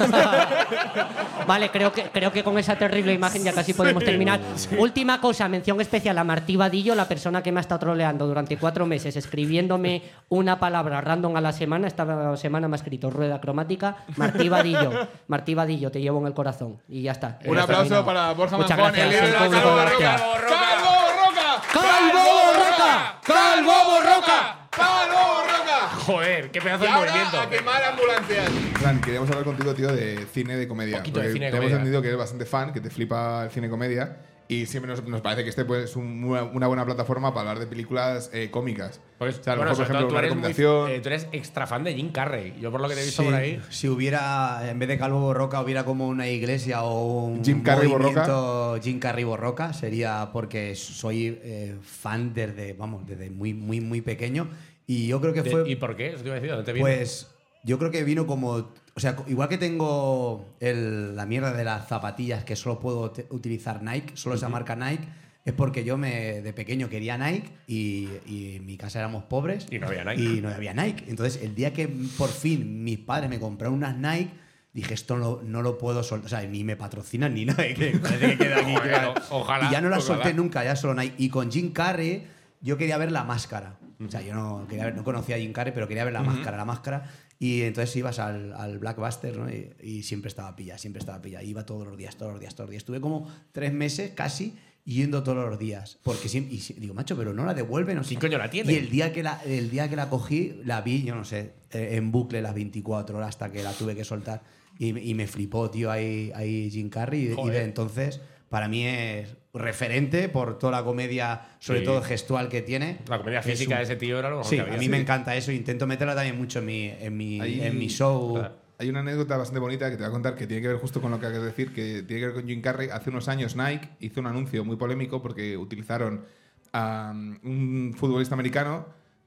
Vale, creo que, creo que con esa terrible imagen ya casi podemos terminar. Última cosa, mención especial a Martí Vadillo, la persona que me ha estado troleando durante cuatro meses, escribiéndome una palabra random a la semana. Esta semana me ha escrito rueda cromática. Martí Vadillo, Martí Vadillo, te llevo en el corazón. Y ya está. Un Ya aplauso terminado. para Borja Muchas Manjón, gracias, el líder de la soy público, Calvo gracias. Borroca. ¡Calvo Borroca! ¡Calvo Borroca! ¡Calvo Borroca! ¡Calvo Borroca! Joder, qué pedazo Y de ahora movimiento. a quemar ambulancias. Fran, queríamos hablar contigo, tío, de cine de comedia. Un poquito de porque cine de te hemos comedia. entendido que eres bastante fan, que te flipa el cine comedia. Y siempre nos, nos parece que este pues, es un- una, una buena plataforma para hablar de películas eh, cómicas. Pues, o sea, a lo bueno, mejor, por sobre todo ejemplo, tú una eres, muy, recomendación. eh, tú eres extra fan de Jim Carrey. Yo por lo que te he visto Sí, por ahí. Si hubiera, en vez de Calvo Borroca, hubiera como una iglesia o un Jim Carrey movimiento Jim Carrey Borroca, sería porque soy eh, fan desde, vamos, desde muy, muy, muy pequeño. Y yo creo que De- fue... ¿Y por qué? Eso te iba a decir, ¿dónde te viene? Pues yo creo que vino como... O sea, igual que tengo el- la mierda de las zapatillas que solo puedo te- utilizar Nike, solo esa marca Nike, es porque yo me, de pequeño quería Nike y, y en mi casa éramos pobres. Y no había Nike. Y no había Nike. Entonces, el día que por fin mis padres me compraron unas Nike, dije, esto no, no lo puedo soltar. O sea, ni me patrocinan ni nada. Que parece que queda aquí. Joder, o- ojalá, Y ya no las ojalá. solté nunca, ya solo Nike. Y con Jim Carrey, yo quería ver la máscara. O sea, yo no, quería ver- no conocía a Jim Carrey, pero quería ver la máscara, la máscara. Y entonces ibas al, al Blackbuster, ¿no? Y, y siempre estaba pilla, siempre estaba pilla. Iba todos los días, todos los días, todos los días. Estuve como tres meses casi yendo todos los días. Porque siempre, y si- digo, macho, pero no la devuelven. O sea, ¿Quién coño la tiene? Y el día que la, el día que la cogí, la vi, yo no sé, eh, en bucle las veinticuatro horas hasta que la tuve que soltar. Y, y me flipó, tío, ahí, ahí Jim Carrey. Y, y Joder. de entonces, para mí es referente por toda la comedia, sobre Sí. todo gestual que tiene. La comedia Es física un- de ese tío era lo mejor Sí, que a había. mí Sí. me encanta eso. Intento meterla también mucho en mi, en mi, Ahí- en mi show. Claro. Hay una anécdota bastante bonita que te voy a contar que tiene que ver justo con lo que acabas de decir, que tiene que ver con Jim Carrey. Hace unos años Nike hizo un anuncio muy polémico porque utilizaron a un futbolista americano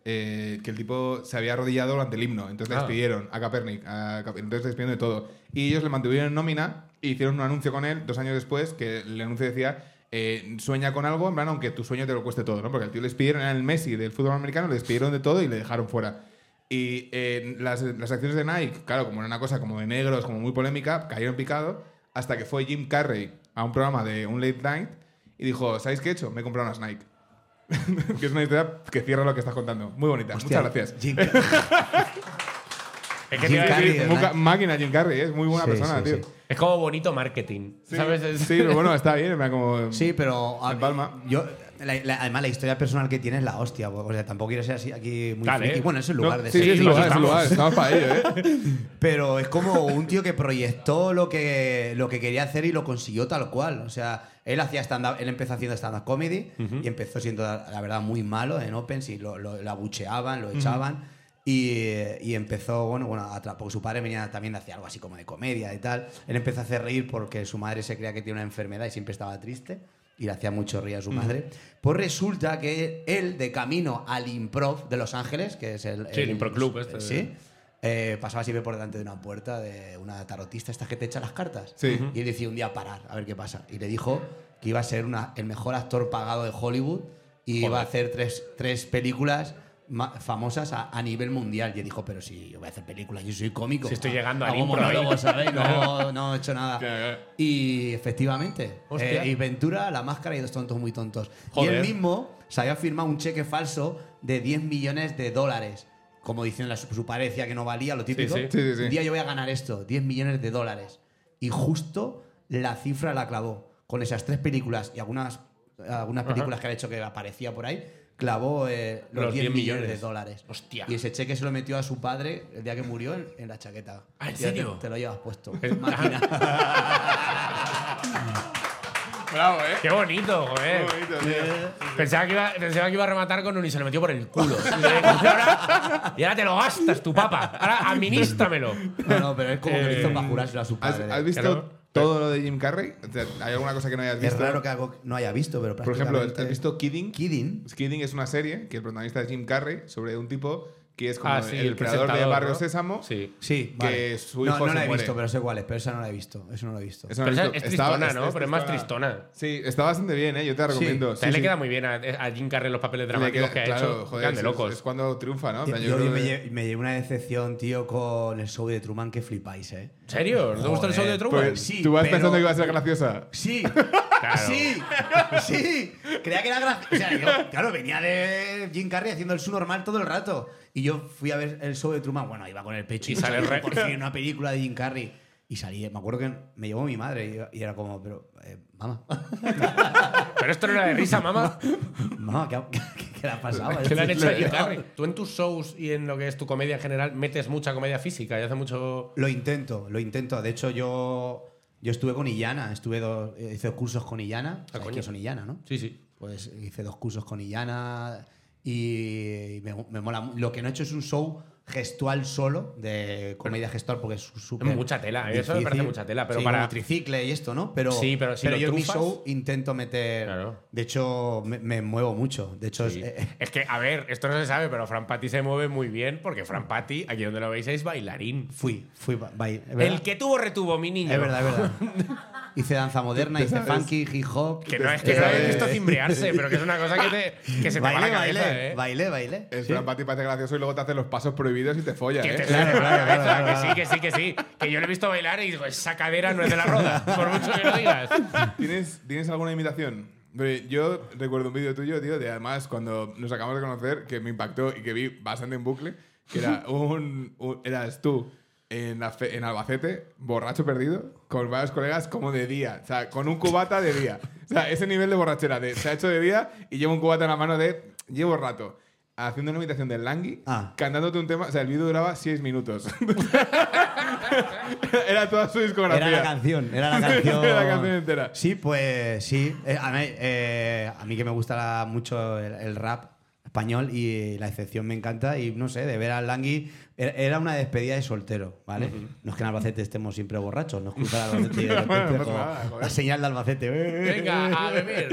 eh, que el tipo se había arrodillado durante el himno. Entonces le Ah. despidieron a Kaepernick. A Ka- entonces le despidieron de todo. Y ellos le mantuvieron en nómina e hicieron un anuncio con él dos años después que el anuncio decía... Eh, sueña con algo, en plan, aunque tu sueño te lo cueste todo, ¿no? Porque al tío le despidieron, era el Messi del fútbol americano, le despidieron de todo y le dejaron fuera. Y eh, las, las acciones de Nike, claro, como era una cosa como de negros, como muy polémica, cayeron picado hasta que fue Jim Carrey a un programa de un late night y dijo, ¿sabéis qué he hecho? Me he comprado unas Nike. Que es una historia que cierra lo que estás contando. Muy bonita. Hostia, Muchas gracias. Jim- Es que Jim tiene- Carrey, Sí, ¿verdad? muca- máquina Jim Carrey, es muy buena Sí, persona, sí, tío. sí. es como bonito marketing. Sí, ¿Sabes? Es- sí, pero bueno, está bien. en plan, Como, Sí, pero a En mí- Palma. yo la- la- además la historia personal que tiene es la hostia. O sea, tampoco quiero ser así aquí muy Dale. friki. Bueno, es el No, lugar de sí, ser sí, es el friki. lugar, es el estamos. lugar. Estamos para ello, ¿eh? Pero es como un tío que proyectó lo que, lo que quería hacer y lo consiguió tal cual. O sea, él hacía stand él empezó haciendo stand-up comedy y empezó siendo, la verdad, muy malo en Opens y lo, lo, lo abucheaban, lo echaban. Y, y empezó, bueno, bueno, a tra- porque su padre venía también de hacer algo así como de comedia y tal. Él empezó a hacer reír porque su madre se creía que tiene una enfermedad y siempre estaba triste. Y le hacía mucho reír a su madre. Pues resulta que él, de camino al Improv de Los Ángeles, que es el... Sí, el Improv Club este. Sí. Eh, pasaba siempre por delante de una puerta de una tarotista, esta que te echa las cartas. Sí. Y él decidió un día parar, a ver qué pasa. Y le dijo que iba a ser una, el mejor actor pagado de Hollywood y iba a hacer tres, tres películas ma- famosas a, a nivel mundial. Y él dijo, pero si yo voy a hacer películas, yo soy cómico. Si estoy llegando al Hago impro ahí. monólogos, ¿sabéis? No, no he hecho nada. Claro, claro. Y efectivamente, Hostia. eh, y Ventura, La Máscara y Dos tontos muy tontos. Y Joder. él mismo se había firmado un cheque falso de diez millones de dólares. Como dicen, la, su padre decía que no valía, lo típico. sí. Sí, sí, sí. Un día yo voy a ganar esto, diez millones de dólares. Y justo la cifra la clavó. Con esas tres películas y algunas, algunas películas que ha hecho que aparecía por ahí, clavó eh, los, Los diez diez millones de millones. dólares. Hostia. Y ese cheque se lo metió a su padre el día que murió en, en la chaqueta. Ah, ¿en Ya te- serio? Te, lo llevas puesto. Es- Máquina. Bravo, ¿eh? Qué bonito, joder. Qué bonito, tío. Pensaba que, iba, pensaba que iba a rematar con un y se lo metió por el culo. Y, le- y ahora, y ahora te lo gastas, tu papa. Ahora administramelo. No, no, pero es como que lo hizo Eh, para jurárselo a su ¿Has, padre. has visto Claro. todo lo de Jim Carrey? O sea, ¿hay alguna cosa que no hayas Es visto? raro que algo no haya visto, pero Por ejemplo, prácticamente- ¿has visto Kidding? Kidding? Kidding es una serie que el protagonista es Jim Carrey sobre un tipo que es como Ah, sí, el, el creador de presentador, Barrio ¿no? Sésamo. Sí. Sí, Que vale. su no, hijo no se la he muere. visto, pero sé cuál es. Pero esa no la he visto. Eso no lo he visto. Eso no Pero lo he esa visto. es Estaba- tristona, ¿no? es- Pero es más tristona. Sí, está bastante bien, ¿eh? Yo te la recomiendo. O sea, Sí, le sí. queda muy bien a, a Jim Carrey los papeles Le dramáticos queda- que ha claro, hecho. joder, Quedan de es- locos. Es cuando triunfa, ¿no? O sea, Yo, yo yo creo me, que- lle- me llevé una decepción, tío, con el show de Truman que flipáis, ¿eh? ¿En serio? ¿No te gusta el show de Joder, Truman? Pues, Sí, ¿tú vas pero- pensando que iba a ser graciosa? Sí, Claro. sí, sí. Creía que era gracioso. O sea, yo, claro, venía de Jim Carrey haciendo el su normal todo el rato. Y yo fui a ver el show de Truman. Bueno, iba con el pecho Y sale re- por fin una película de Jim Carrey. Y salí, me acuerdo que me llevó mi madre y, y era como, pero, eh, mamá, Pero esto no era de risa, mamá. mamá, ¿qué, ha- qué, qué le ha pasado? ¿Qué le han hecho a Jim No. Carrey? ¿Tú en tus shows y en lo que es tu comedia en general metes mucha comedia física y hace mucho. Lo intento, lo intento. De hecho, yo, yo estuve con Illana, estuve dos, hice dos cursos con Illana. ¿Sabes coño. quién son Illana, no? Sí, sí. Pues hice dos cursos con Illana y me, me mola. mu- Lo que no he hecho es un show gestual solo, de comedia gestual, porque es súper. Es mucha tela, eso me difícil. parece mucha tela, pero Sí, para- como tricicle y esto, ¿no? Pero, Sí, pero si lo yo en mi trufas- show intento meter. Claro. De hecho, me, me muevo mucho. De hecho, Sí. es, eh, Es que, a ver, esto no se sabe, pero Fran Patti se mueve muy bien porque Fran Patti, aquí donde lo veis, es bailarín. fui, fui. ba- ba- ¿es verdad? El que tuvo retuvo, mi niño. Es verdad, es verdad. Hice danza moderna, hice funky, hip hop. Que no es que no Eh, hayas visto cimbrearse, pero que es una cosa que, te, que se te va bailé, la cabeza, bailé, ¿eh? bailé, bailé. El Sí. Fran Patti parece gracioso y luego te hace los pasos prohibidos y te folla, Que ¿eh? te Claro, sale claro, la cabeza, claro, que claro. sí, que sí, que sí. Que yo lo he visto bailar y digo, esa cadera no es de la roda, por mucho que lo digas. ¿Tienes, ¿Tienes alguna imitación? Porque yo recuerdo un vídeo tuyo, tío, de además cuando nos acabamos de conocer, que me impactó y que vi bastante en bucle, que era un, un- eras tú en, la fe- en Albacete, borracho perdido, con varios colegas como de día, o sea, con un cubata de día. O sea, ese nivel de borrachera, de se ha hecho de día y llevo un cubata en la mano de llevo rato. Haciendo una imitación del Langui, Ah. cantándote un tema, o sea, el vídeo duraba seis minutos. Era toda su discografía. Era la canción, era la canción. Era la canción entera. Sí, pues sí. Eh, a, mí, eh, a mí que me gusta la- mucho el, el rap, español y la excepción me encanta y no sé, de ver al Langui era- era una despedida de soltero, ¿vale? No es que en Albacete estemos siempre borrachos, no es cruzar Albacete y de repente No pasa como nada, joder. la señal de Albacete. Venga, a beber.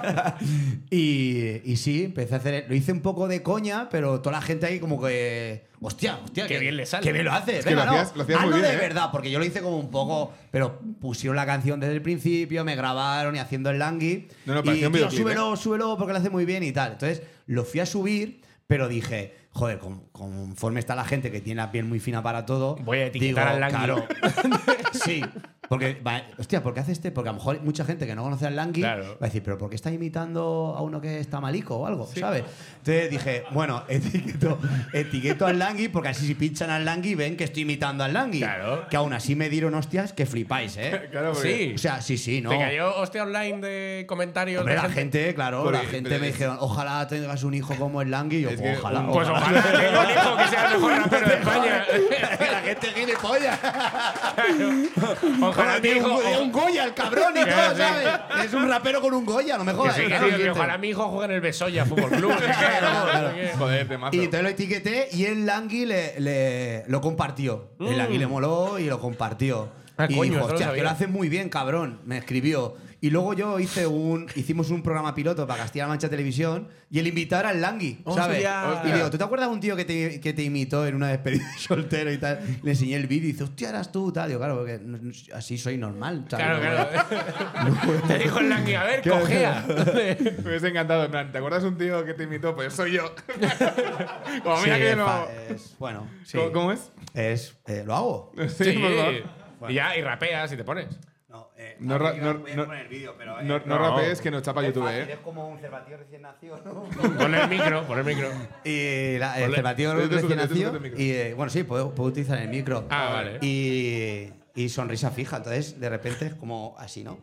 y, y sí, empecé a hacer. Lo hice un poco de coña, pero toda la gente ahí como que. Hostia, hostia. Qué que- bien le sale. Qué bien lo hace. Es que venga, lo no. hacías- lo hacías Hazlo muy bien, de ¿eh? verdad, porque yo lo hice como un poco. Pero pusieron la canción desde el principio, me grabaron y haciendo el Langui. No, no, y parecía un tío, videoclip, súbelo, súbelo porque lo hace muy bien y tal. Entonces lo fui a subir, pero dije. Joder, con- conforme está la gente que tiene la piel muy fina para todo. Voy a etiquetar al Langui. Claro, sí. Porque, va, hostia, ¿por qué hace este? Porque a lo mejor hay mucha gente que no conoce al Langui Claro. va a decir, ¿pero por qué está imitando a uno que está malico o algo? ¿Sabes? Entonces dije, bueno, etiqueto, etiqueto al Langui porque así si pinchan al Langui ven que estoy imitando al Langui. Claro. Que aún así me dieron hostias que flipáis, ¿eh? Claro, porque- Sí. O sea, sí, sí, ¿no? ¿Te cayó hostia online de comentarios? Hombre, de la gente, claro, Porque- la gente pero me es- dijeron, ojalá tengas un hijo como el Langui. Y yo, Es pues, que ojalá, un- Pues ojalá. ojalá tenga un hijo que sea el mejor rapero de España. la gente es gilipollas. Ojalá mi tiene hijo. un, tiene un Goya, el cabrón y Sí, todo, sí. ¿sabes? Es un rapero con un Goya, no me Que jodas. sí, que claro, sí, que siguiente. ojalá mi hijo juegue en el Besoya Fútbol Club. Es que, vamos, es que- Joder, temazo. Y entonces lo etiqueté y el Langui le, le- lo compartió. El Langui le moló y lo compartió. Ah, y coño, dijo, eso no hostia, sabía. que lo hace muy bien, cabrón. Me escribió. Y luego yo hice un, hicimos un programa piloto para Castilla-La Mancha Televisión y el invitado era el Langui, ¿sabes? Hostia. Y digo, ¿tú te acuerdas de un tío que te, que te imitó en una despedida de soltero y tal? Le enseñé el vídeo y dice, hostia, eras tú, tal. Digo, claro, porque no- no- así soy normal. ¿sabes? Claro, No- claro. Te dijo el Langui, a ver, Claro, cojea. Me hubiese encantado. En plan, ¿te acuerdas de un tío que te imitó? Pues soy yo. Como Sí, mira que es no. fa- es- bueno, sí. ¿Cómo, cómo es? Es, eh, lo hago. Sí, Sí. por favor. Y ya, y rapeas y te pones. No, eh, No ra- aquí no- voy a no- poner el vídeo, pero, eh, No, no No. rapees que nos chapa es YouTube, fácil, eh. es como un cervatillo recién nacido, ¿no? Pon el micro, pon el micro. Y la, el Ponle- cervatillo Tú- tú recién súbete, tú nacido. súbete el micro. Y eh, bueno, sí, puedo, puedo utilizar el micro. Ah, vale. Y, y sonrisa fija. Entonces, de repente es como así, ¿no?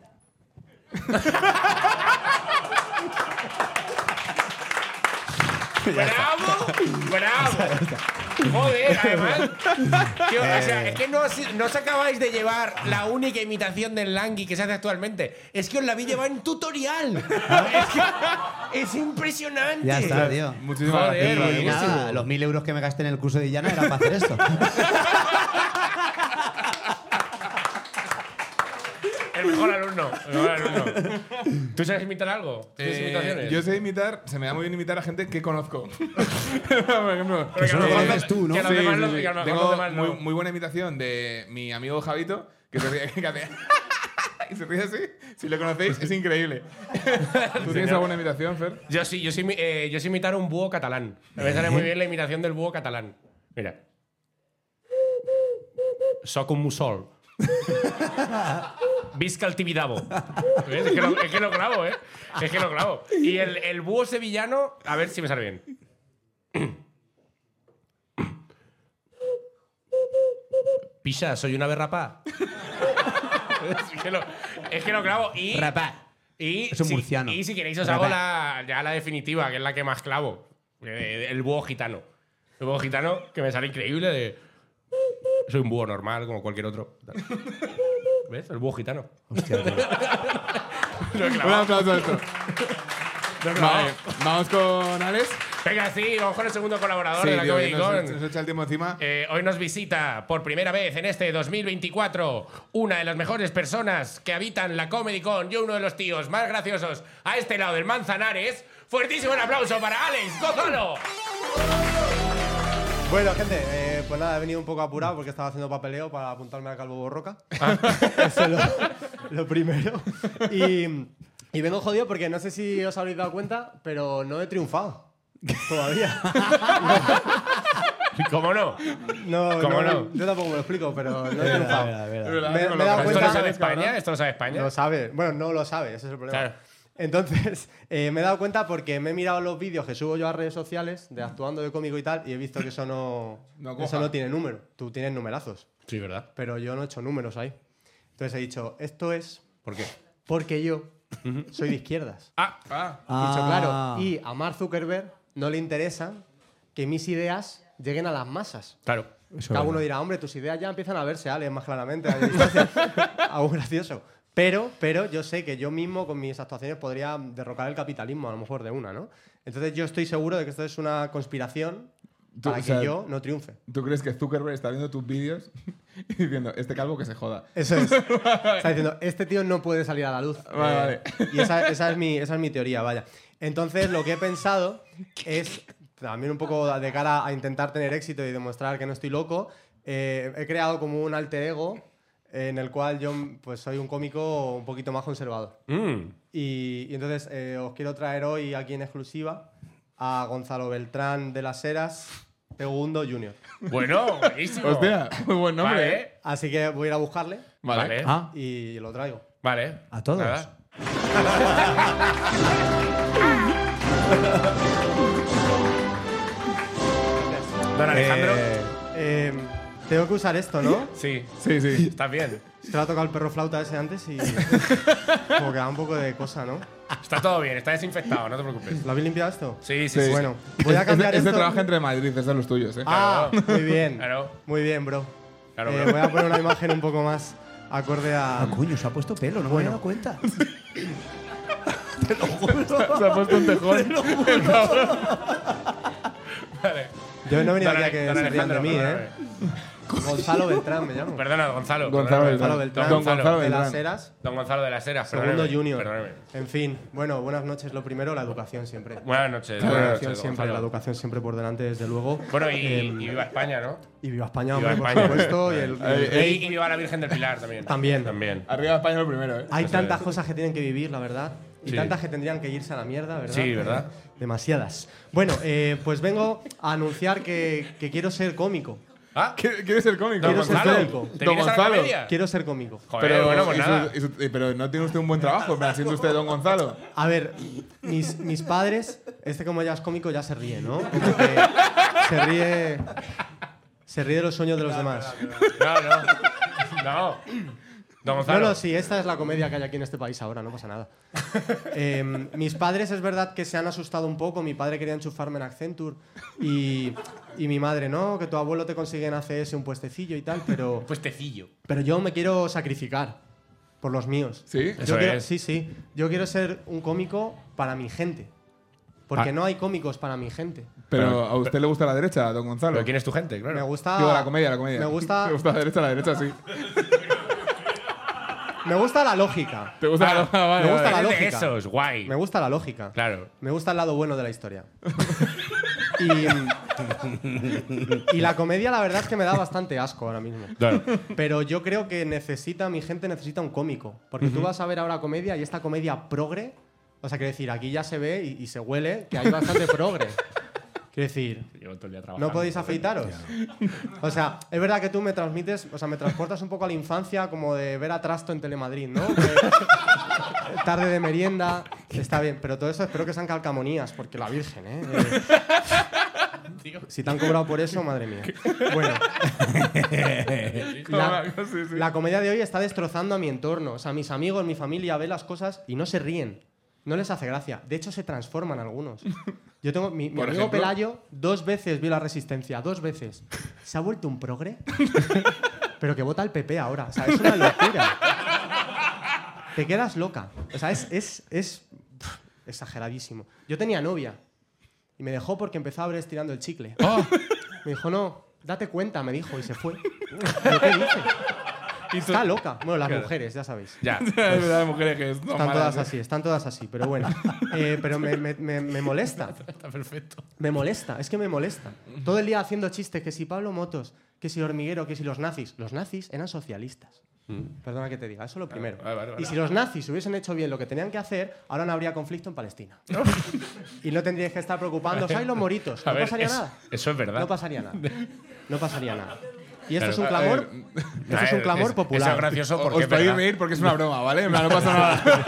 ¡Bravo! ¡Bravo! Joder, además. que, o sea, es que no, os- no os acabáis de llevar la única imitación del Langui que se hace actualmente. Es que os la vi llevar en tutorial. es que es impresionante. Ya está, tío. Muchísimas Joder, Y gracias. buenísimo. nada, los mil euros que me gasté en el curso de Illana era para hacer esto. El mejor alumno. El mejor alumno. ¿Tú sabes imitar algo? ¿Tienes Eh, imitaciones? yo sé imitar, se me da muy bien imitar a gente que conozco. Por ejemplo, Que solo a los conoces demás- tú, ¿no? Que a los Sí, demás sí, lo- sí. que a lo mejor Tengo los demás muy, no. muy buena imitación de mi amigo Javito, que se ríe, que hace y se ríe así. Si lo conocéis, es increíble. ¿Tú tienes alguna imitación, Fer? Yo sí, yo sí, imi- eh, yo sé imitar un búho catalán. Me sale muy bien la imitación del búho catalán. Mira. Soc un mussol. Visca el Tibidabo. ¿Ves? Es que, lo, es que lo clavo, ¿eh? Es que lo clavo. Y el, el búho sevillano, a ver si me sale bien. Pisa, soy una berrapá. es, que lo, es que lo clavo. Y, Rapá. y Es un si- murciano. Y si queréis os Rapá. hago la, ya la definitiva, que es la que más clavo. Eh, El búho gitano. El búho gitano que me sale increíble de... Soy un búho normal, como cualquier otro. ¿Ves? El búho gitano. Hostia, tío. Lo he Un clavado. aplauso a esto. Lo he clavado. Vale, vamos con Alex. Venga, sí, vamos con el segundo colaborador de la tío, Comedy nos, Con. nos echa el tiempo encima. Eh, hoy nos visita por primera vez en este dos mil veinticuatro una de las mejores personas que habitan la Comedy Con y uno de los tíos más graciosos a este lado del Manzanares. Fuertísimo el aplauso para Alex Gonzalo. Bueno, gente, eh, pues nada, he venido un poco apurado porque estaba haciendo papeleo para apuntarme al Calvo Borroca. Ah. Eso es lo, lo primero. Y, y vengo jodido porque no sé si os habréis dado cuenta, pero no he triunfado. Todavía. ¿Cómo no? No, ¿Cómo no, no? Yo tampoco me lo explico, pero no he Verdad, triunfado. verdad, verdad. Es verdad, Me- con me he lo dado que- ¿Esto cuenta- lo sabe cabrón. España? ¿Esto lo sabe España? Lo sabe. Bueno, no lo sabe, ese es el problema. Claro. Entonces, eh, me he dado cuenta porque me he mirado los vídeos que subo yo a redes sociales de actuando de cómico y tal y he visto que eso no, No eso coja. no tiene número. Tú tienes numerazos, Sí, ¿verdad? pero yo no he hecho números ahí. Entonces he dicho, esto es ¿Por qué? porque yo soy de izquierdas. Ah, Ah, He dicho, Ah. claro. Y a Mark Zuckerberg no le interesa que mis ideas lleguen a las masas. claro. Eso Cada es uno verdad. dirá, hombre, tus ideas ya empiezan a verse, Alex, más claramente. A distancia. Algo gracioso. Pero, pero yo sé que yo mismo con mis actuaciones podría derrocar el capitalismo, a lo mejor de una, ¿no? Entonces yo estoy seguro de que esto es una conspiración Tú, para o que sea, yo no triunfe. ¿Tú crees que Zuckerberg está viendo tus vídeos y diciendo, este calvo que se joda? Eso es. Está diciendo, este tío no puede salir a la luz. Vale, Eh, vale. Y esa, esa es mi, esa es mi teoría, vaya. Entonces lo que he pensado es, también un poco de cara a intentar tener éxito y demostrar que no estoy loco, eh, he creado como un alter ego en el cual yo pues soy un cómico un poquito más conservador. Mm. Y, y entonces eh, os quiero traer hoy aquí en exclusiva a Gonzalo Beltrán de las Heras, segundo junior. Bueno, buenísimo. Hostia, muy buen nombre, Vale. ¿eh? Así que voy a ir a buscarle Vale. Vale. Ah, y lo traigo. Vale. ¿A todos? Nada. Don Alejandro. Eh, eh, tengo que usar esto, ¿no? Sí. Sí, sí. Estás bien. Es que le ha tocado el perro flauta ese antes y como que da un poco de cosa, ¿no? Está todo bien, está desinfectado, no te preocupes. ¿Lo habéis limpiado esto? Sí, sí, Sí. sí. Bueno, voy a Este- cambiar este esto. trabaja entre Madrid, es de los tuyos, ¿eh? Ah, muy bien. Claro. Muy bien, bro. Claro, Eh, bro. voy a poner una imagen un poco más acorde a... ah, coño, se ha puesto pelo, no me Bueno. había dado cuenta. Se ha puesto un tejón. Vale. Yo no he venido Don aquí a Ale- que don se rían de Alejandro, mí, perdóname. ¿eh? Gonzalo Beltrán me llamo. Perdona, Gonzalo. Gonzalo perdóname. Beltrán. Gonzalo Beltrán. Don Gonzalo de las Beltrán. Heras, Don Gonzalo de las Heras, segundo perdóname, junior. Perdóname. En fin, bueno, buenas noches. Lo primero, la educación siempre. Buenas noches. La Buenas educación noches, siempre, Gonzalo. la educación siempre por delante, desde luego. Bueno, y, Eh, y viva España, ¿no? y viva España, Viva hombre, España. por supuesto. Y el, y el Y, rey. y viva la Virgen del Pilar también. También. También. Arriba España lo primero, ¿eh? Hay Eso tantas es. cosas que tienen que vivir, la verdad. Y Sí. tantas que tendrían que irse a la mierda, ¿verdad? Sí, ¿verdad? Demasiadas. Bueno, eh, pues vengo a anunciar que, que quiero ser cómico. Ah, ¿Qué- ¿Quieres ser cómico? Don quiero ser Gonzalo. cómico. ¿Te Don vienes a la Gonzalo. comedia? Quiero ser cómico. Joder, Pero, bueno, pues y su- nada. y su- y- pero no tiene usted un buen trabajo, pero siendo usted Don Gonzalo. A ver, mis, mis padres, este como ya es cómico ya se ríe, ¿no? Como que se ríe, se ríe de los sueños de los demás. No, no. No. Don No, Gonzalo. no, sí, esta es la comedia que hay aquí en este país ahora, no pasa nada. Eh, mis padres es verdad que se han asustado un poco. Mi padre quería enchufarme en Accenture y, y mi madre, no, que tu abuelo te consigue en A C S un puestecillo y tal, pero, Puestecillo. pero yo me quiero sacrificar por los míos. ¿Sí? Eso Yo quiero- es. Sí, sí. Yo quiero ser un cómico para mi gente. Porque Ah. no hay cómicos para mi gente. Pero, Pero- ¿a usted le gusta la derecha, Don Gonzalo? ¿Pero quién es tu gente? Claro. Me gusta. Digo, la comedia, la comedia. Me gusta. ¿Te gusta la derecha? La derecha, sí. Me gusta la lógica. ¿Te gusta Ah, la ah, vale, me gusta vale. la Eres de lógica. esos, guay. Me gusta la lógica. Claro. Me gusta el lado bueno de la historia. y, y la comedia, la verdad es que me da bastante asco ahora mismo. Claro. Pero yo creo que necesita, mi gente necesita un cómico. Porque tú vas a ver ahora comedia y esta comedia progre. O sea, quiero decir, aquí ya se ve y, y se huele que hay bastante progre. Quiero decir, Llevo todo el día trabajando. ¿no podéis afeitaros? O sea, es verdad que tú me transmites, o sea, me transportas un poco a la infancia como de ver a Trasto en Telemadrid, ¿no? Que- tarde de merienda, está bien, pero todo eso espero que sean calcamonías, porque la Virgen, ¿eh? Eh, si te han cobrado por eso, madre mía. Bueno, la, Sí, sí. la comedia de hoy está destrozando a mi entorno. O sea, mis amigos, mi familia ven las cosas y no se ríen. No les hace gracia. De hecho, se transforman algunos. Yo tengo mi, mi Por amigo ejemplo. Pelayo dos veces vio La Resistencia, dos veces. Se ha vuelto un progre, pero que vota al P P ahora. O sea, es una locura. Te quedas loca. O sea, es, es, es pff, exageradísimo. Yo tenía novia y me dejó porque empezó a ver estirando el chicle. Me dijo, no, date cuenta, me dijo, y se fue. ¿Pero qué dice? Está loca. Bueno, las Claro. mujeres, ya sabéis. Ya. Es verdad, de mujeres que es Están malas, todas ¿eh? así, están todas así, pero bueno. Eh, pero me, me- me- me molesta. Está perfecto. Me molesta, es que me molesta. Todo el día haciendo chistes, que si Pablo Motos, que si Hormiguero, que si los nazis. Los nazis eran socialistas. Perdona que te diga, eso es lo primero. vale, vale, vale. Y si los nazis hubiesen hecho bien lo que tenían que hacer, ahora no habría conflicto en Palestina. Y no tendríais que estar preocupándoos, ¡ay, los moritos! A No ver, pasaría es- nada. Eso es verdad. No pasaría nada. No pasaría nada. Y esto Claro. es un A clamor, ver, esto es un Eh, clamor es- popular. Eso es gracioso porque Os es podéis verdad. reír porque es una broma, ¿vale? En plan, no pasa nada.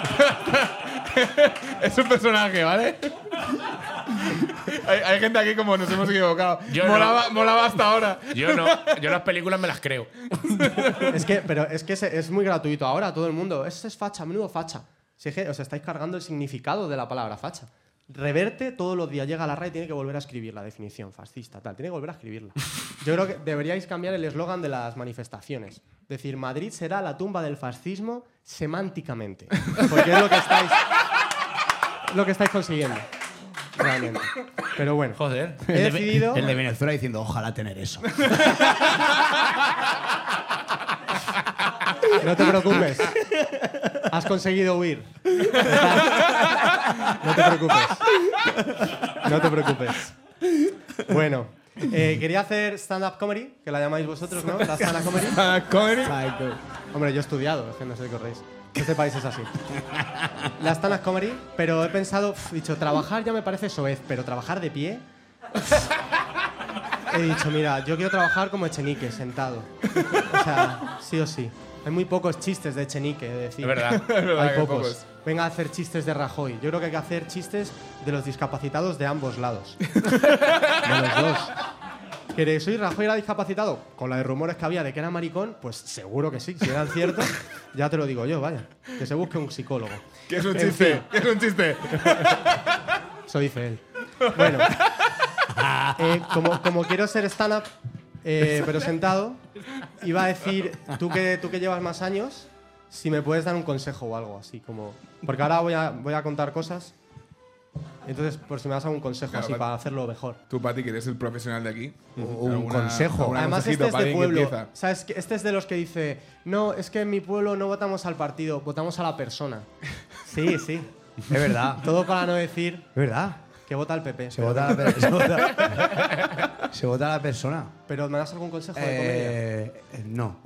Es un personaje, ¿vale? Hay, hay gente aquí como nos hemos equivocado. Yo molaba, no. molaba hasta ahora. Yo no. Yo las películas me las creo. Es que, pero es que es, es muy gratuito ahora, todo el mundo. Ese es facha, menudo facha. Si es que os estáis cargando el significado de la palabra facha. Reverte todos los días, llega a la R A E y tiene que volver a escribir la definición fascista, tal. Tiene que volver a escribirla. Yo creo que deberíais cambiar el eslogan de las manifestaciones. Decir, Madrid será la tumba del fascismo semánticamente. Porque es lo que estáis, lo que estáis consiguiendo. realmente. Pero bueno, Joder. he El de- decidido... El de Venezuela diciendo, ojalá tener eso. No te preocupes. Has conseguido huir. No te preocupes. No te preocupes. Bueno, eh, quería hacer stand-up comedy, que la llamáis vosotros, ¿no? La stand-up comedy. Ah, comedy. Hombre, yo he estudiado, es que no sé qué corréis. Este país es así. La stand-up comedy, pero he pensado, uf, he dicho, trabajar ya me parece soez, pero trabajar de pie... He dicho, mira, yo quiero trabajar como Echenique, sentado. O sea, sí o sí. Hay muy pocos chistes de Echenique, de decir. Es verdad. Es verdad Hay que hay pocos. pocos. Venga a hacer chistes de Rajoy. Yo creo que hay que hacer chistes de los discapacitados de ambos lados. De los dos. ¿Que soy Rajoy era discapacitado? Con la de rumores que había de que era maricón, pues seguro que sí. Si eran ciertos, ya te lo digo yo, vaya. Que se busque un psicólogo. ¿Qué es un En chiste? fin. ¿Qué es un chiste? Eso dice él. Bueno, eh, como, como quiero ser stand-up, eh, pero sentado, iba a decir, tú que, tú que llevas más años, si me puedes dar un consejo o algo así, como... Porque ahora voy a, voy a contar cosas, entonces por si me das algún consejo Claro, así Pat- para hacerlo mejor. Tú, Pati, que eres el profesional de aquí. Un ¿Alguna- consejo. algún Además, consejito este es para de alguien que pueblo. empieza? ¿Sabes? Que Este es de los que dice, no, es que en mi pueblo no votamos al partido, votamos a la persona. Sí, sí. Es verdad. Todo para no decir Es verdad. que vota al P P. Se vota, a la per- se, vota, se vota a la persona. Pero ¿me das algún consejo de comedia? Eh, eh, no.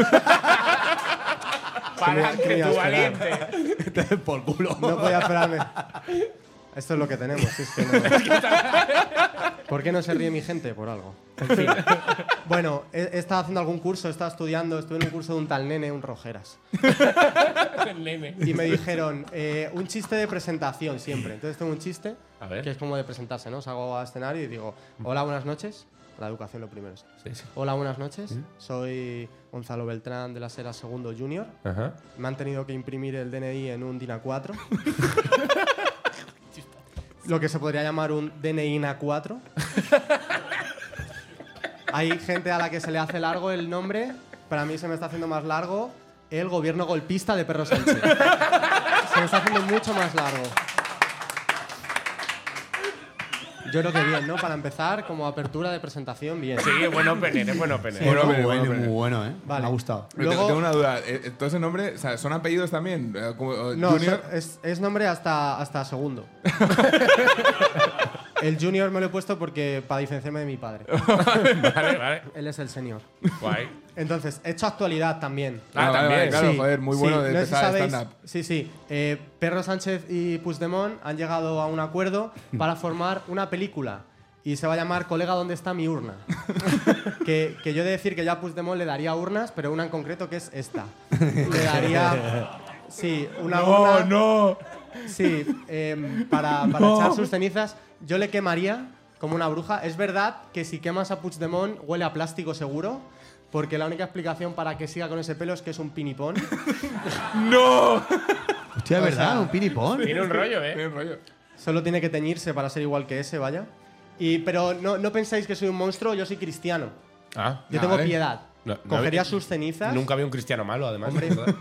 Para Que me- que que me tú iba a esperar. valiente. Por culo. No podía esperarme. Esto es lo que tenemos. Es que no. ¿Por qué no se ríe mi gente? Por algo. En fin. Bueno, he, he estado haciendo algún curso, he estado estudiando, estuve en un curso de un tal nene, un Rojeras. El nene. Y me dijeron, eh, un chiste de presentación siempre. Entonces tengo un chiste A ver. que es como de presentarse, ¿no? Salgo al escenario y digo, hola, buenas noches. La educación lo primero. Sí. Sí, sí. Hola, buenas noches. Soy Gonzalo Beltrán de la Sera Segundo Junior. Ajá. Me han tenido que imprimir el D N I en un DIN A cuatro. Lo que se podría llamar un D N I N A cuatro. Hay gente a la que se le hace largo el nombre. Para mí se me está haciendo más largo el gobierno golpista de Perro Sánchez. Se me está haciendo mucho más largo. Yo creo que bien, ¿no? Para empezar, como apertura de presentación, bien. Sí, buen opener, es buen opener. Bueno, muy pero- bueno, bueno, muy bueno, ¿eh? Vale. Me ha gustado. Pero Luego- tengo una duda. Eh, ¿Todo ese nombre, o sea, son apellidos también? Eh, como, eh, No, Junior. so- es, es nombre hasta, hasta segundo. El junior me lo he puesto porque para diferenciarme de mi padre. Vale, vale. Él es el senior. Guay. Entonces, he hecho actualidad también. Ah, Ah, vale, también. vale, claro, Sí, joder, muy sí, bueno de no sé si empezar sabéis- stand-up. Sí, sí. Eh, Perro Sánchez y Puigdemont han llegado a un acuerdo para formar una película. Y se va a llamar Colega, ¿dónde está mi urna? que, que yo he de decir que ya a Puigdemont le daría urnas, pero una en concreto que es esta. Le daría... Sí, una No, urna... no. Sí, em, para, para echar sus cenizas, yo le quemaría como una bruja. Es verdad que si quemas a Puigdemont huele a plástico seguro, porque la única explicación para que siga con ese pelo es que es un pinipón. ¡No! Hostia, O ¿es verdad? sea, Un pinipón. Tiene un rollo, Qué ¿eh? rollo. Solo tiene que teñirse para ser igual que ese, vaya. Y, pero no, no pensáis que soy un monstruo, yo soy cristiano. Ah. Yo Ah, tengo vale. piedad. No, no Cogería había- sus cenizas, Nunca vi un cristiano malo, además. Hombre. ¿verdad?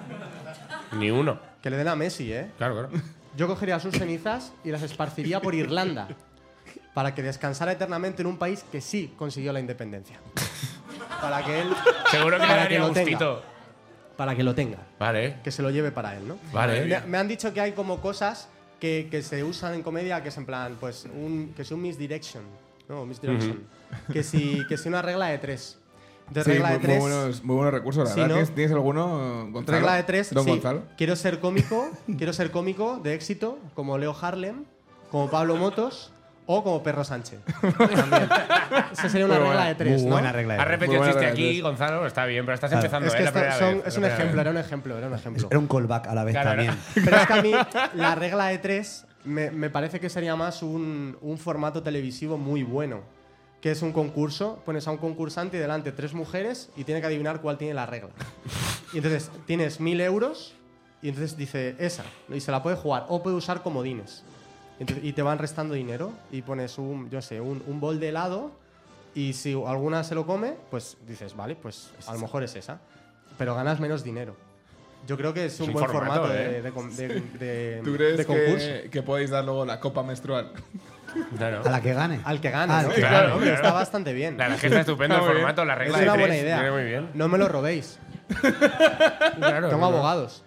Ni uno. que le den a Messi, ¿eh? Claro, claro. Yo cogería sus cenizas y las esparciría por Irlanda para que descansara eternamente en un país que sí consiguió la independencia. Para que él... Seguro que le para daría lo tenga. gustito. Para que lo tenga. Vale. Que se lo lleve para él, ¿no? Vale. Me, me han dicho que hay como cosas que, que se usan en comedia que es en plan, pues, un, que es un misdirection. No, misdirection. que, si, que si una regla de tres. De Sí, regla muy, de tres. muy buenos, muy buenos recursos, la Sí, verdad. ¿no? ¿Tienes, tienes alguno, Gonzalo? Regla de tres, Don sí. Gonzalo. Quiero ser cómico, quiero ser cómico de éxito, como Leo Harlem, como Pablo Motos o como Perro Sánchez. También. Esa sería una Muy regla buena, de tres, Muy ¿no? buena regla. de Has tres. repetido Muy el buena chiste regla, aquí, sí. Gonzalo. Está bien, pero estás Claro. empezando. Es ¿eh? que La esto primera son- vez, es la un primera ejemplo, vez. era un ejemplo, era un ejemplo. Era un callback a la vez Claro, también. Pero es que a mí la regla de tres me, me parece que sería más un, un formato televisivo muy bueno. Que es un concurso, pones a un concursante y delante tres mujeres y tiene que adivinar cuál tiene la regla. Y entonces tienes mil euros y entonces dice esa y se la puede jugar o puede usar comodines. Entonces- y te van restando dinero y pones un, yo sé, un, un bol de helado y si alguna se lo come, pues dices, vale, pues a lo mejor es esa. Pero ganas menos dinero. Yo creo que es un, un buen formato, formato, ¿eh? de, de, con- de, de- ¿Tú crees de concurso. que, que podéis dar luego la copa menstrual? Claro. A la que gane. Al que gane, Ah, ¿no? claro, Claro, hombre, claro. está bastante bien. La verdad es que está estupendo el Está muy formato, la Es regla de una tres. buena idea. Viene muy bien. No me lo robéis. Claro, Tengo no. abogados.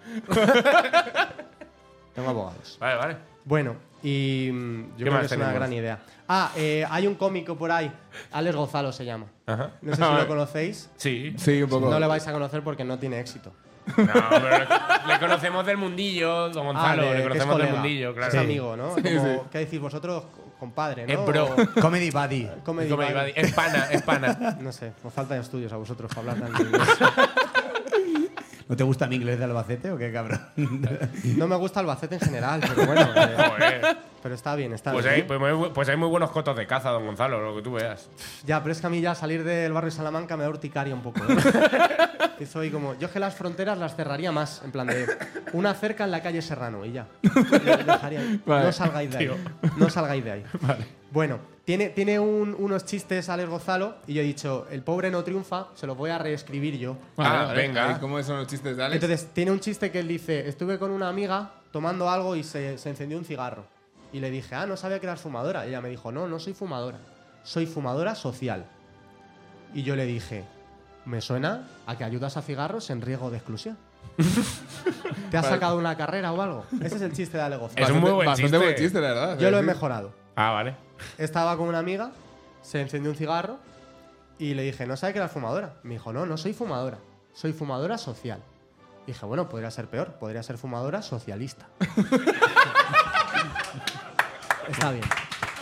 Tengo abogados. Vale, vale. Bueno, y mm, yo creo más que es una tenemos? gran idea. Ah, eh, hay un cómico por ahí. Alex Gonzalo se llama. Ajá. No sé si lo conocéis. Sí. Sí, un poco. No le vais a conocer porque no tiene éxito. No, pero le, le conocemos del mundillo, don Gonzalo. Ah, de- le que es conocemos del colega. mundillo, claro. Es amigo, ¿no? Como, sí. ¿qué decís vosotros? Compadre, ¿no? Es bro. O- Comedy Buddy. Comedy Comedy buddy. buddy. Es pana, es pana. No sé, os faltan estudios a vosotros para hablar tanto inglés. ¿No te gusta mi inglés de Albacete o qué, cabrón? No me gusta Albacete en general, pero bueno. eh, Joder. pero está bien, está Pues bien. hay, pues, muy, pues hay muy buenos cotos de caza, don Gonzalo, lo que tú veas. Ya, pero es que a mí ya salir del barrio de Salamanca me da urticaria un poco. ¿eh? Empiezo ahí como. Yo es que las fronteras las cerraría más, en plan de. Una cerca en la calle Serrano y ya. Yo dejaría ahí. Vale. No salgáis de ahí. No salgáis de ahí. Bueno, tiene, tiene un- unos chistes Alex Gonzalo y yo he dicho: el pobre no triunfa, se los voy a reescribir yo. Ah, venga. ¿Y cómo son los chistes de Alex? Entonces, tiene un chiste que él dice: estuve con una amiga tomando algo y se, se encendió un cigarro. Y le dije: ah, no sabía que eras fumadora. Y ella me dijo: no, no soy fumadora. Soy fumadora social. Y yo le dije: me suena a que ayudas a cigarros en riesgo de exclusión. ¿Te has sacado una carrera o algo? Ese es el chiste de Ale Gonzalo. Es un muy buen bastante chiste. buen chiste, la verdad. Yo lo he Sí. mejorado. Ah, vale. Estaba con una amiga, se encendió un cigarro y le dije: no sabe que eras fumadora. Me dijo: no, no soy fumadora. Soy fumadora social. Dije: bueno, podría ser peor. Podría ser fumadora socialista. Está bien.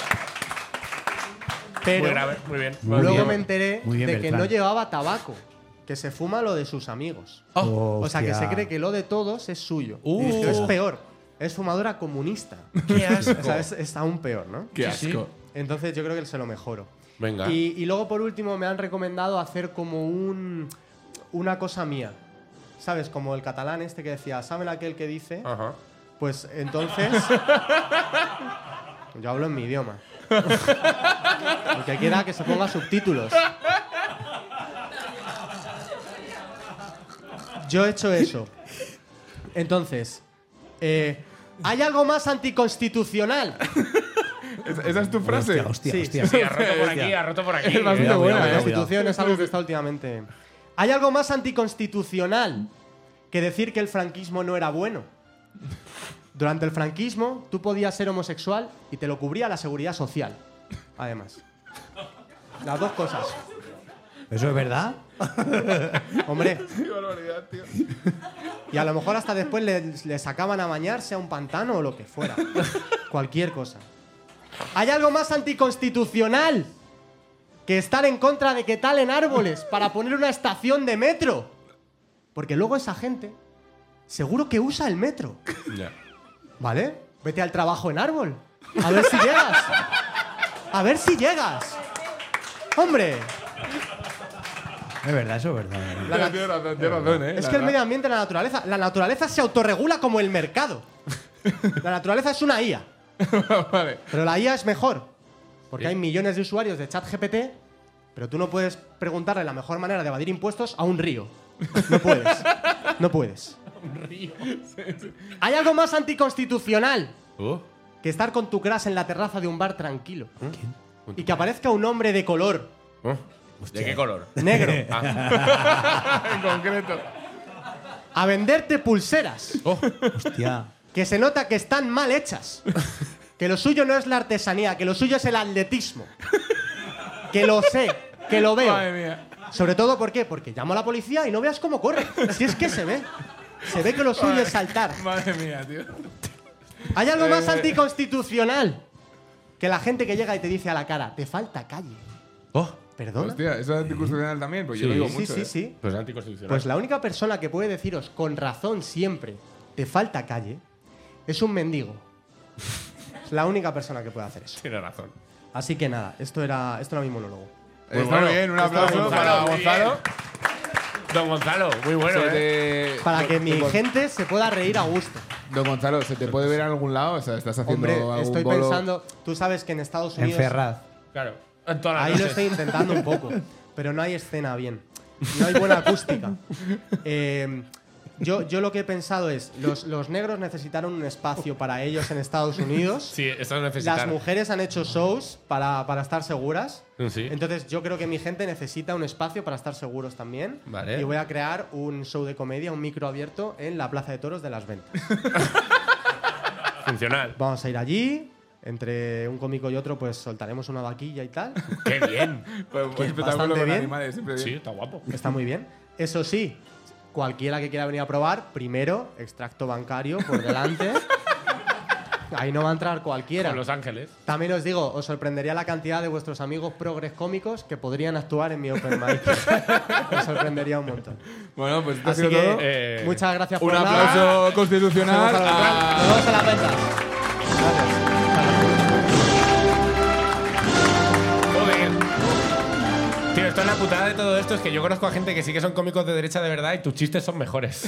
Pero Muy grave, muy bien. Muy luego bien. me enteré Muy bien, de que Beltrán. no llevaba tabaco, que se fuma lo de sus amigos. Oh, o sea, que se hostia. cree que lo de todos es suyo. Uh. Y dije: es peor. Es fumadora comunista. Qué asco. O sea, es, es aún peor, ¿no? Qué Sí, sí. asco. Entonces yo creo que se lo mejoro. Venga. Y, y luego, por último, me han recomendado hacer como un una cosa mía. ¿Sabes? Como el catalán este que decía: ¿saben aquel que dice? Ajá. Pues entonces. Yo hablo en mi idioma. El que quiera que se ponga subtítulos. Yo he hecho eso. Entonces, eh, ¿hay algo más anticonstitucional? ¿Esa, esa es tu frase? Hostia, hostia, Sí, hostia. Sí, ha roto por aquí, ha roto por aquí. Es bastante Cuidado, buena, La ¿eh? cuidado. Constitución es algo que está últimamente. ¿Hay algo más anticonstitucional que decir que el franquismo no era bueno? Durante el franquismo, tú podías ser homosexual y te lo cubría la seguridad social. Además. Las dos cosas. ¿Eso es verdad? Hombre, Qué barbaridad, tío. y a lo mejor hasta después le, le sacaban a bañarse a un pantano o lo que fuera. Cualquier cosa. ¿Hay algo más anticonstitucional que estar en contra de que talen árboles para poner una estación de metro? Porque luego esa gente seguro que usa el metro. Ya. ¿Vale? Vete al trabajo en árbol. A ver si llegas. A ver si llegas. Hombre, Es verdad, eso es verdad. La nat- Tienes razón, tienes razón, ¿eh? es La que el verdad. medio ambiente, la naturaleza, la naturaleza se autorregula como el mercado. La naturaleza es una I A. Vale. Pero la I A es mejor. Porque hay millones de usuarios de ChatGPT, pero tú no puedes preguntarle la mejor manera de evadir impuestos a un río. No puedes. No puedes. Un río. Hay algo más anticonstitucional Uh. que estar con tu crush en la terraza de un bar tranquilo. Y que aparezca un hombre de color Uh. ¿De qué color? negro Ah. En concreto. a venderte pulseras Oh. Hostia. que se nota que están mal hechas. Que lo suyo no es la artesanía, que lo suyo es el atletismo. Que lo sé, que lo veo. Madre mía. Sobre todo, ¿por qué? Porque llamo a la policía y no veas cómo corre. Si es que se ve. Se ve que lo suyo es saltar. Madre mía, tío. ¿Hay algo más Eh. anticonstitucional que la gente que llega y te dice a la cara: te falta calle? Oh. ¿Perdona? Hostia, ¿eso es anticonstitucional también? Pues yo Sí. lo digo Sí, mucho. sí, ¿eh? sí. Pues es anticonstitucional. Pues la única persona que puede deciros con razón siempre: te falta calle, es un mendigo. Es la única persona que puede hacer eso. Tiene razón. Así que nada, esto era, esto era mi monólogo. Está bueno. bien, un Está aplauso Gonzalo, para muy Gonzalo. Don Gonzalo, muy bueno, Se ¿eh? te- Para que mi Don- gente se pueda reír a gusto. Don Gonzalo, ¿se te puede ver en algún lado? O sea, ¿estás haciendo Hombre, algún estoy bolo? pensando. Tú sabes que en Estados En Unidos. Ferraz. Claro. En todas las Ahí lo noches. estoy intentando un poco, pero no hay escena bien. No hay buena acústica. Eh, Yo, yo lo que he pensado es, los, los negros necesitaron un espacio para ellos en Estados Unidos. Sí, eso lo necesitaron. Las mujeres han hecho shows para, para estar seguras. Sí. Entonces yo creo que mi gente necesita un espacio para estar seguros también. Vale. Y voy a crear un show de comedia, un micro abierto en la Plaza de Toros de Las Ventas. Funcional. Vamos a ir allí. Entre un cómico y otro, pues soltaremos una vaquilla y tal. ¡Qué bien! Pues, Que espectáculo bastante con bien. animales, siempre bien. Sí, está guapo. Está muy bien. Eso sí, cualquiera que quiera venir a probar, primero, extracto bancario por delante. Ahí no va a entrar cualquiera. Con Los Ángeles. También os digo, os sorprendería la cantidad de vuestros amigos progres cómicos que podrían actuar en mi open mic. Os sorprendería un montón. Bueno, pues esto ha Así sido que todo. Eh, muchas gracias Un por nada. aplauso constitucional Nos a... vemos en las ventas. Gracias. Joder. Tío, esto es la putada de todo esto, es que yo conozco a gente que sí que son cómicos de derecha de verdad y tus chistes son mejores.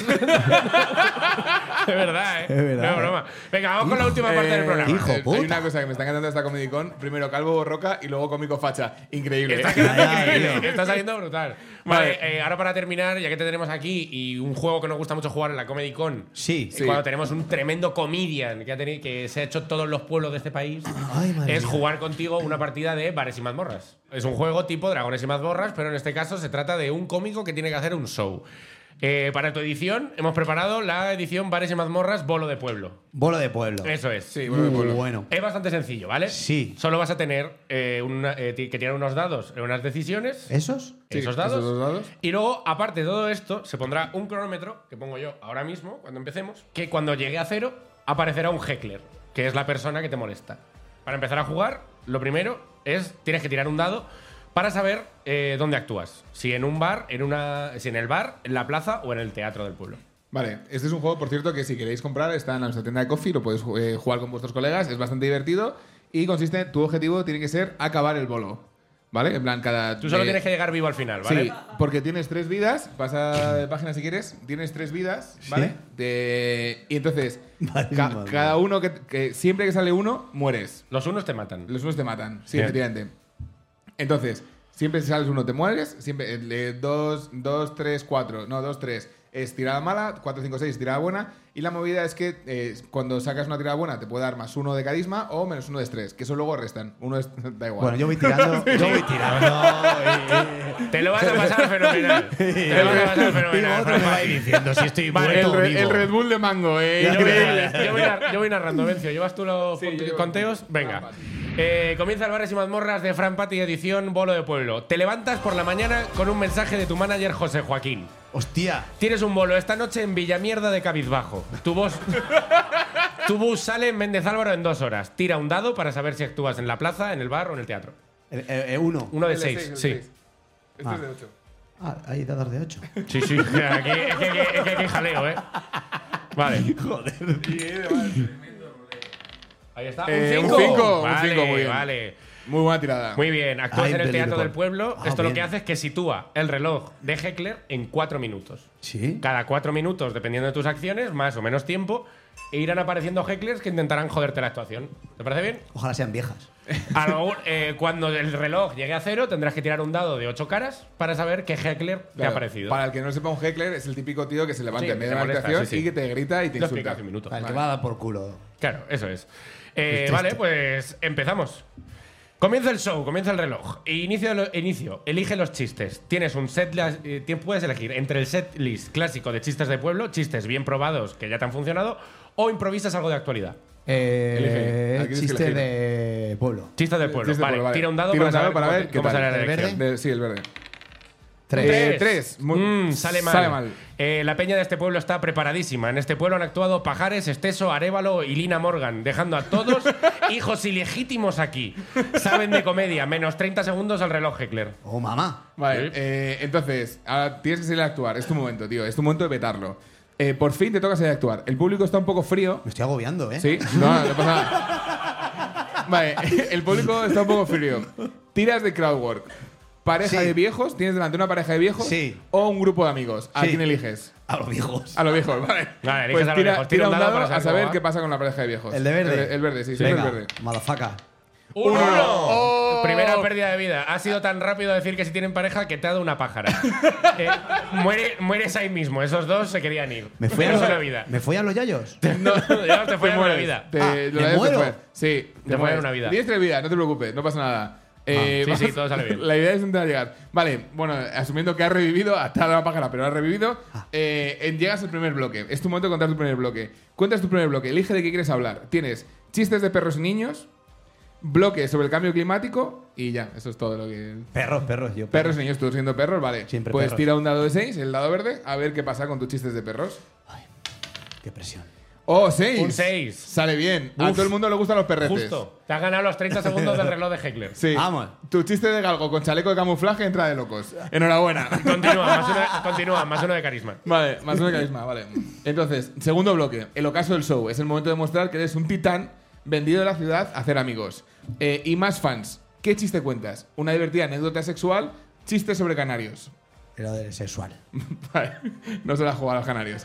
De verdad, ¿eh? Es verdad, No es ¿eh? broma. Venga, vamos con la última parte del programa. hijo. Eh, puta. Hay una cosa que me está encantando de esta Comedy Con. Primero Calvo Borroca y luego Cómico Facha. Increíble. Está ¿eh? quedando Ya, increíble, tío. está saliendo brutal. Vale, eh, ahora para terminar, ya que te tenemos aquí y un juego que nos gusta mucho jugar en la Comedy Con, Sí. y cuando tenemos un tremendo comedian que, ha tenido, que se ha hecho todos los pueblos de este país, Ay, madre es mía. jugar contigo una partida de bares y mazmorras. Es un juego tipo dragones y mazmorras, pero en este caso se trata de un cómico que tiene que hacer un show. Eh, para tu edición hemos preparado la edición bares y mazmorras bolo de pueblo. Bolo de pueblo. Eso es. Sí, bueno, de Muy pueblo. bueno. Es bastante sencillo, ¿vale? Sí. Solo vas a tener eh, una- eh, ti- que tirar unos dados en unas decisiones. ¿Esos? Sí, esos dados. esos dos dados. Y luego, aparte de todo esto, se pondrá un cronómetro, que pongo yo ahora mismo, cuando empecemos, que cuando llegue a cero, aparecerá un heckler, que es la persona que te molesta. Para empezar a jugar, lo primero es, tienes que tirar un dado para saber eh, dónde actúas. Si en un bar, en una, si en el bar, en la plaza o en el teatro del pueblo. Vale, este es un juego, por cierto, que si queréis comprar está en nuestra tienda de Coffee, lo podéis eh, jugar con vuestros colegas, es bastante divertido y consiste, tu objetivo tiene que ser acabar el bolo, ¿vale? En plan, cada... Tú solo eh, tienes que llegar vivo al final, ¿vale? Sí, porque tienes tres vidas, pasa de página si quieres, tienes tres vidas, ¿vale? De- y entonces, Vale, ca- madre. cada uno, que, que siempre que sale uno, mueres. Los unos te matan. Los unos te matan, sí, Bien. efectivamente. Entonces, siempre si sales uno te mueres, siempre eh, dos, dos, tres, cuatro, no, dos, tres es tirada mala, cuatro, cinco, seis tirada buena, y la movida es que eh, cuando sacas una tirada buena te puede dar más uno de carisma o menos uno de estrés, que eso luego restan, uno es, da igual. Bueno, yo voy tirando. Yo voy tirando. Te lo vas a pasar fenomenal. Te lo vas a pasar Y fenomenal. otro me va a ir diciendo si estoy Vale, el, muerto o re- vivo. el Red Bull de mango, eh. Yo voy, Increíble. yo voy nar- yo voy narrando, Vencio. ¿Llevas tú los Sí, conte- yo llevo- conteos? Venga. Eh, comienza el Bares y Mazmorras de Fran Patti, edición Bolo de Pueblo. Te levantas por la mañana con un mensaje de tu manager José Joaquín. Hostia. Tienes un bolo esta noche en Villamierda de Cabizbajo. Tu, bus, tu bus sale en Méndez Álvaro en dos horas. Tira un dado para saber si actúas en la plaza, en el bar o en el teatro. El, el- el uno. Uno de El de seis, seis, el de sí. seis. Este es de ocho. Ah, hay dados de ocho. Sí, sí. Aquí, es que es que- es que aquí hay jaleo, ¿eh? Vale. Ahí está. Eh, un un cinco. cinco, un Vale, cinco, muy bien. vale. Muy buena tirada. Muy bien. Actúas Ay, en el teatro peligro. del pueblo. Ah, Esto lo bien. que hace es que sitúa el reloj de Heckler en cuatro minutos. Sí. Cada cuatro minutos, dependiendo de tus acciones, más o menos tiempo, e irán apareciendo hecklers que intentarán joderte la actuación. ¿Te parece bien? Ojalá sean viejas. A lo- eh, cuando el reloj llegue a cero, tendrás que tirar un dado de ocho caras para saber qué heckler te ha Claro, aparecido. Para el que no sepa, un heckler es el típico tío que se levanta Sí, en medio que de te la molesta, habitación sí, sí. y que te grita y te Lo he explicado insulta. hace un minuto. El que Vale. va a dar por culo. Claro, eso es. Eh, Triste. vale, pues empezamos. Comienza el show, comienza el reloj. Inicio, lo- inicio. Elige los chistes. Tienes un set, las- eh, tien- puedes elegir entre el set list clásico de chistes de pueblo, chistes bien probados que ya te han funcionado, o improvisas algo de actualidad. Eh, Elige. Aquí tienes que chiste elegir. de pueblo. Chistes de pueblo. Chiste de vale, pueblo, vale. tira un dado Tira para un dado saber para cómo, ver te- qué cómo tal. sale la ¿El elección. verde? De- sí, el verde. Tres. Eh, tres. Muy- Mm, sale mal. Sale mal. Eh, la peña de este pueblo está preparadísima. En este pueblo han actuado Pajares, Esteso, Arévalo y Lina Morgan, dejando a todos hijos ilegítimos aquí. Saben de comedia. Menos treinta segundos al reloj, Heckler. Oh, mamá. Vale, Sí. eh, entonces, ahora tienes que salir a actuar. Es tu momento, tío. Es tu momento de petarlo. Eh, por fin te toca salir a actuar. El público está un poco frío. Me estoy agobiando, ¿eh? Sí, no, no pasa nada. Vale, el público está un poco frío. Tiras de crowdwork. Pareja Sí. de viejos, tienes delante una pareja de viejos Sí. o un grupo de amigos. ¿A Sí. quién eliges? A los viejos. A los viejos, vale. Vale, eliges pues a los tira, viejos. tira un dado para a cómo saber va. qué pasa con la pareja de viejos. ¿El de verde? El, el verde, sí, siempre Venga, el verde. motherfucker. ¡Uno! ¡Oh! ¡Oh! Primera pérdida de vida. Ha sido tan rápido decir que si tienen pareja que te ha dado una pájara. eh, muere, mueres ahí mismo. Esos dos se querían ir. ¿Me fui a Pero los, es una vida. ¿Me fui a los yayos? No, ya te fue una mueres. vida. Te, Ah, lo ¿me de- te muero? fue. Sí, Te muere una vida. Tienes tres vidas, no te preocupes, no pasa nada. Eh, sí, vamos- sí, todo sale bien. La idea es intentar llegar. Vale, bueno, asumiendo que has revivido, hasta la pájara, pero has revivido, eh, en- llegas al primer bloque. Es tu momento de contar tu primer bloque. Cuentas tu primer bloque, elige de qué quieres hablar. Tienes chistes de perros y niños, bloque sobre el cambio climático y ya, eso es todo lo que... Perros, perros, yo. Perros y niños, tú siendo perros, vale. Siempre pues perros. tira un dado de seis, el dado verde, a ver qué pasa con tus chistes de perros. Qué presión. ¡Oh, seis! Un seis. Sale bien. A Uf. todo el mundo le gustan los perretes. Justo. Te has ganado los treinta segundos del reloj de Heckler. Sí. Vamos. Tu chiste de galgo con chaleco de camuflaje entra de locos. Enhorabuena. Continúa, más uno, de- continúa, más uno de carisma. Vale, más uno de carisma, vale. Entonces, segundo bloque. El ocaso del show. Es el momento de mostrar que eres un titán vendido de la ciudad a hacer amigos. Eh, y más fans. ¿Qué chiste cuentas? Una divertida anécdota sexual, chiste sobre canarios. Era de sexual. Vale, no se la juega a los canarios.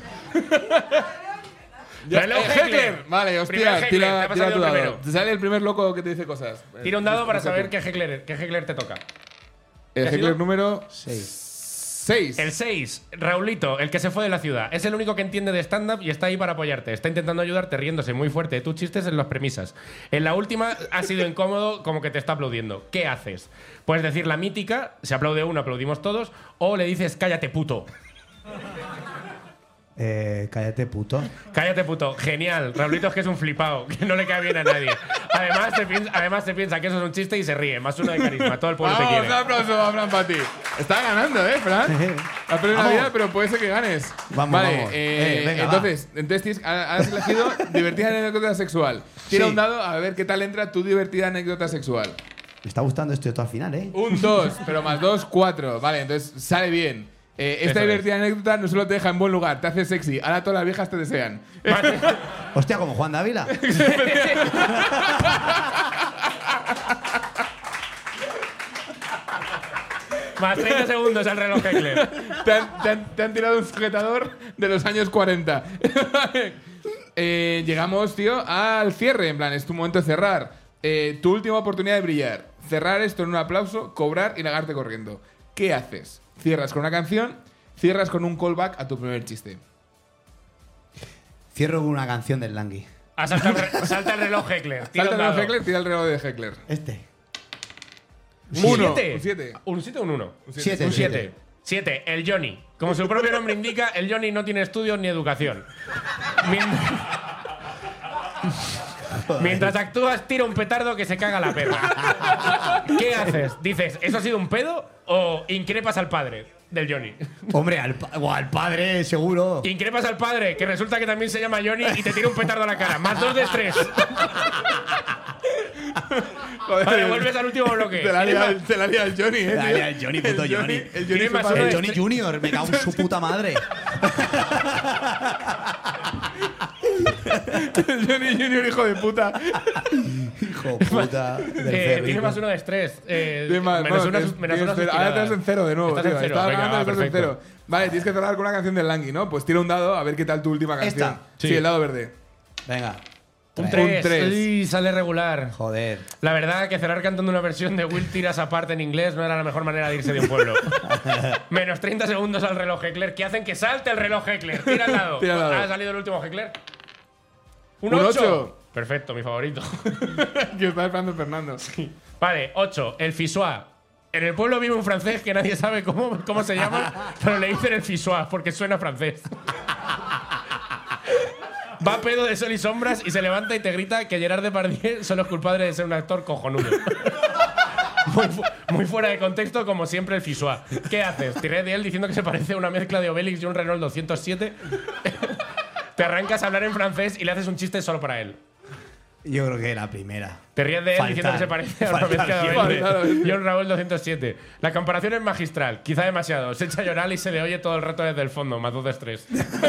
Reloj Eh, Heckler. Vale, Primer hostia, Heckler, tira, te ha tira pasado tu el dado. primero. Te sale el primer loco que te dice cosas. Tira un dado para Busca saber tú. qué Heckler, qué Heckler te toca. El ¿Qué ha Heckler sido? número Seis. seis. El seis, Raulito, el que se fue de la ciudad. Es el único que entiende de stand-up y está ahí para apoyarte. Está intentando ayudarte riéndose muy fuerte de tus chistes en las premisas. En la última ha sido incómodo, como que te está aplaudiendo. ¿Qué haces? Puedes decir la mítica, se aplaude uno, aplaudimos todos, o le dices cállate puto. Eh, cállate, puto. Cállate puto. Genial. Raulito es que es un flipado, que no le cae bien a nadie. Además se piensa, además se piensa que eso es un chiste y se ríe. Más uno de carisma. Todo el pueblo te Vamos, quiere. un aplauso a Fran para ti. Está ganando, ¿eh, Fran? Has perdido una Vamos. vida, pero puede ser que ganes. Vamos, vale, vamos. eh, Eh, venga, entonces, entonces tienes- has elegido divertida anécdota sexual. Tira Sí. un dado a ver qué tal entra tu divertida anécdota sexual. Me está gustando esto de todo al final, ¿eh? Un dos, pero más dos, cuatro. Vale, entonces sale bien. Eh, esta Eso es. divertida anécdota no solo te deja en buen lugar, te hace sexy. Ahora todas las viejas te desean. Hostia, como Juan Dávila. Más treinta segundos al reloj Heckler. te, han, te han- te han tirado un sujetador de los años cuarenta. Eh, llegamos, tío, al cierre. En plan, es tu momento de cerrar. Eh, tu última oportunidad de brillar. Cerrar esto en un aplauso, cobrar y largarte corriendo. ¿Qué haces? Cierras con una canción, cierras con un callback a tu primer chiste. Cierro con una canción del Langui. Ah, salta, el re- salta el reloj Heckler. Tira Salta un el reloj dado. Heckler, tira el reloj de Heckler. Este. Un uno. siete. Un siete. ¿Un siete o un uno? Siete. Un siete. siete. El Johnny. Como su propio nombre indica, el Johnny no tiene estudios ni educación. Mientras, Mientras actúas, tira un petardo que se caga la perra. ¿Qué haces? Dices, ¿eso ha sido un pedo? ¿O increpas al padre del Johnny? Hombre, al, pa- o al padre, seguro. Increpas al padre, que resulta que también se llama Johnny y te tira un petardo a la cara. Más dos de estrés. Joder, Vale, vuelves al último bloque. Te la Tienes lía, más- te la lía el Johnny, eh. Dale tío. al Johnny, puto El Johnny. El Johnny, Tienes su más padre. uno El de Johnny este- Junior, me cago en su puta madre. El Johnny Junior, hijo de puta. Hijo puta. del Eh, cerrito. tiene más uno de estrés. Eh, Tienes más- menos bueno, una, tienes- menos tienes una cero. Ahora suspirada. estás en cero de nuevo, Estás tío. en cero. Estás Venga, ganando, va, estás en perfecto. cero. Vale, tienes que cerrar con una canción del Langui, ¿no? Pues tira un dado a ver qué tal tu última canción. Esta. Sí, Sí. el dado verde. Venga. Un Trae. tres. tres. Uy, sale regular. Joder. La verdad que cerrar cantando una versión de Will Tiras aparte en inglés no era la mejor manera de irse de un pueblo. Menos treinta segundos al reloj Heckler, que hacen que salte el reloj Heckler. Tira al lado. Tira al lado. ¿Ha salido el último Heckler? Un Un ocho. ocho. Perfecto, mi favorito. Que está esperando Fernando. Vale, ocho. El Fisois. En el pueblo vive un francés que nadie sabe cómo, cómo se llama, pero le dicen el Fisois porque suena francés. Va pedo de sol y sombras y se levanta y te grita que Gerard Depardieu solo es culpable de ser un actor cojonudo. Muy, fu- muy fuera de contexto, como siempre, el Fisois. ¿Qué haces? Tiré de él diciendo que se parece a una mezcla de Obelix y un Renault doscientos siete. Te arrancas a hablar en francés y le haces un chiste solo para él. Yo creo que la primera. Te ríes de él Faltar. diciendo que se parece a una Faltar mezcla de siempre. Obelix y un Raúl doscientos siete. La comparación es magistral, quizá demasiado. Se echa a llorar y se le oye todo el rato desde el fondo, más dos de estrés.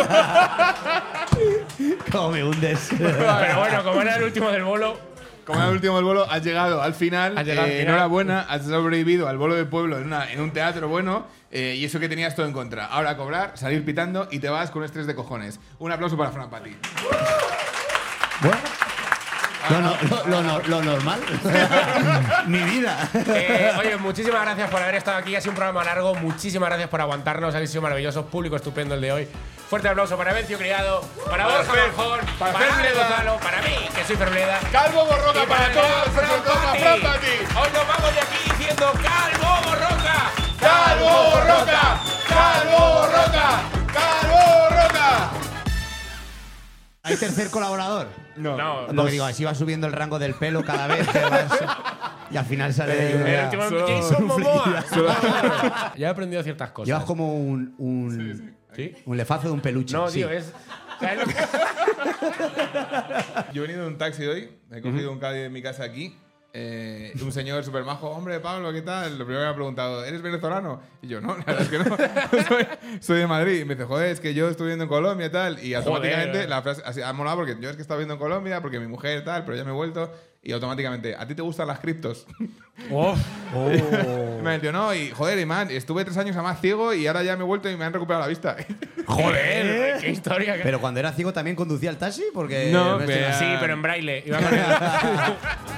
¿Cómo me hundes? Pero bueno, como era el último del bolo, Como era el último del bolo, has llegado al final. Has llegado al Eh, final. Enhorabuena, has sobrevivido al bolo de pueblo en, una- en un teatro bueno. eh, y eso que tenías todo en contra. Ahora a cobrar, salir pitando y te vas con estrés de cojones. Un aplauso para Fran Pati. Bueno, Lo, no- lo- lo no- lo normal. Mi vida. Eh, oye, muchísimas gracias por haber estado aquí. Ha sido un programa largo. Muchísimas gracias por aguantarnos. Habéis sido maravillosos. Público estupendo el de hoy. Fuerte aplauso para Vencio Criado, para Borja Manjón, para para Ale Ferbleda. Gonzalo, para mí, que soy Ferbleda. Calvo Borroca Y para el todos. gran Fran Fran Pati. Fran Pati. Hoy nos vamos de aquí diciendo Calvo Borroca. ¡Calvo Borroca! ¡Calvo Borroca! ¡Calvo Borroca! ¿Hay tercer colaborador? No. No, Porque digo, así va subiendo el rango del pelo cada vez que vas. Y al final sale de uno el ya. último Solo- Jason Momoa. Ya he aprendido ciertas cosas. Llevas como un, un, ¿Sí? un lefazo de un peluche. No, sí. tío, es. ¿Sabes lo que- Yo he venido en un taxi hoy, he cogido un cable de mi casa aquí. Eh, un señor súper majo, hombre, Pablo, ¿qué tal? Lo primero que me ha preguntado, ¿eres venezolano? Y yo, no, la verdad es que no, soy, soy de Madrid. Y me dice, joder, es que yo estuve viviendo en Colombia y tal. Y automáticamente Joder. la frase así, ha molado porque yo es que estaba viviendo en Colombia, porque mi mujer tal, pero ya me he vuelto. Y automáticamente, ¿a ti te gustan las criptos? Uf. Me metió, no, y joder, y man, estuve tres años a más ciego y ahora ya me he vuelto y me han recuperado la vista. Joder, qué historia. Pero cuando era ciego también conducía el taxi porque No, sé- pero- Sí, pero en braille. Iba con el-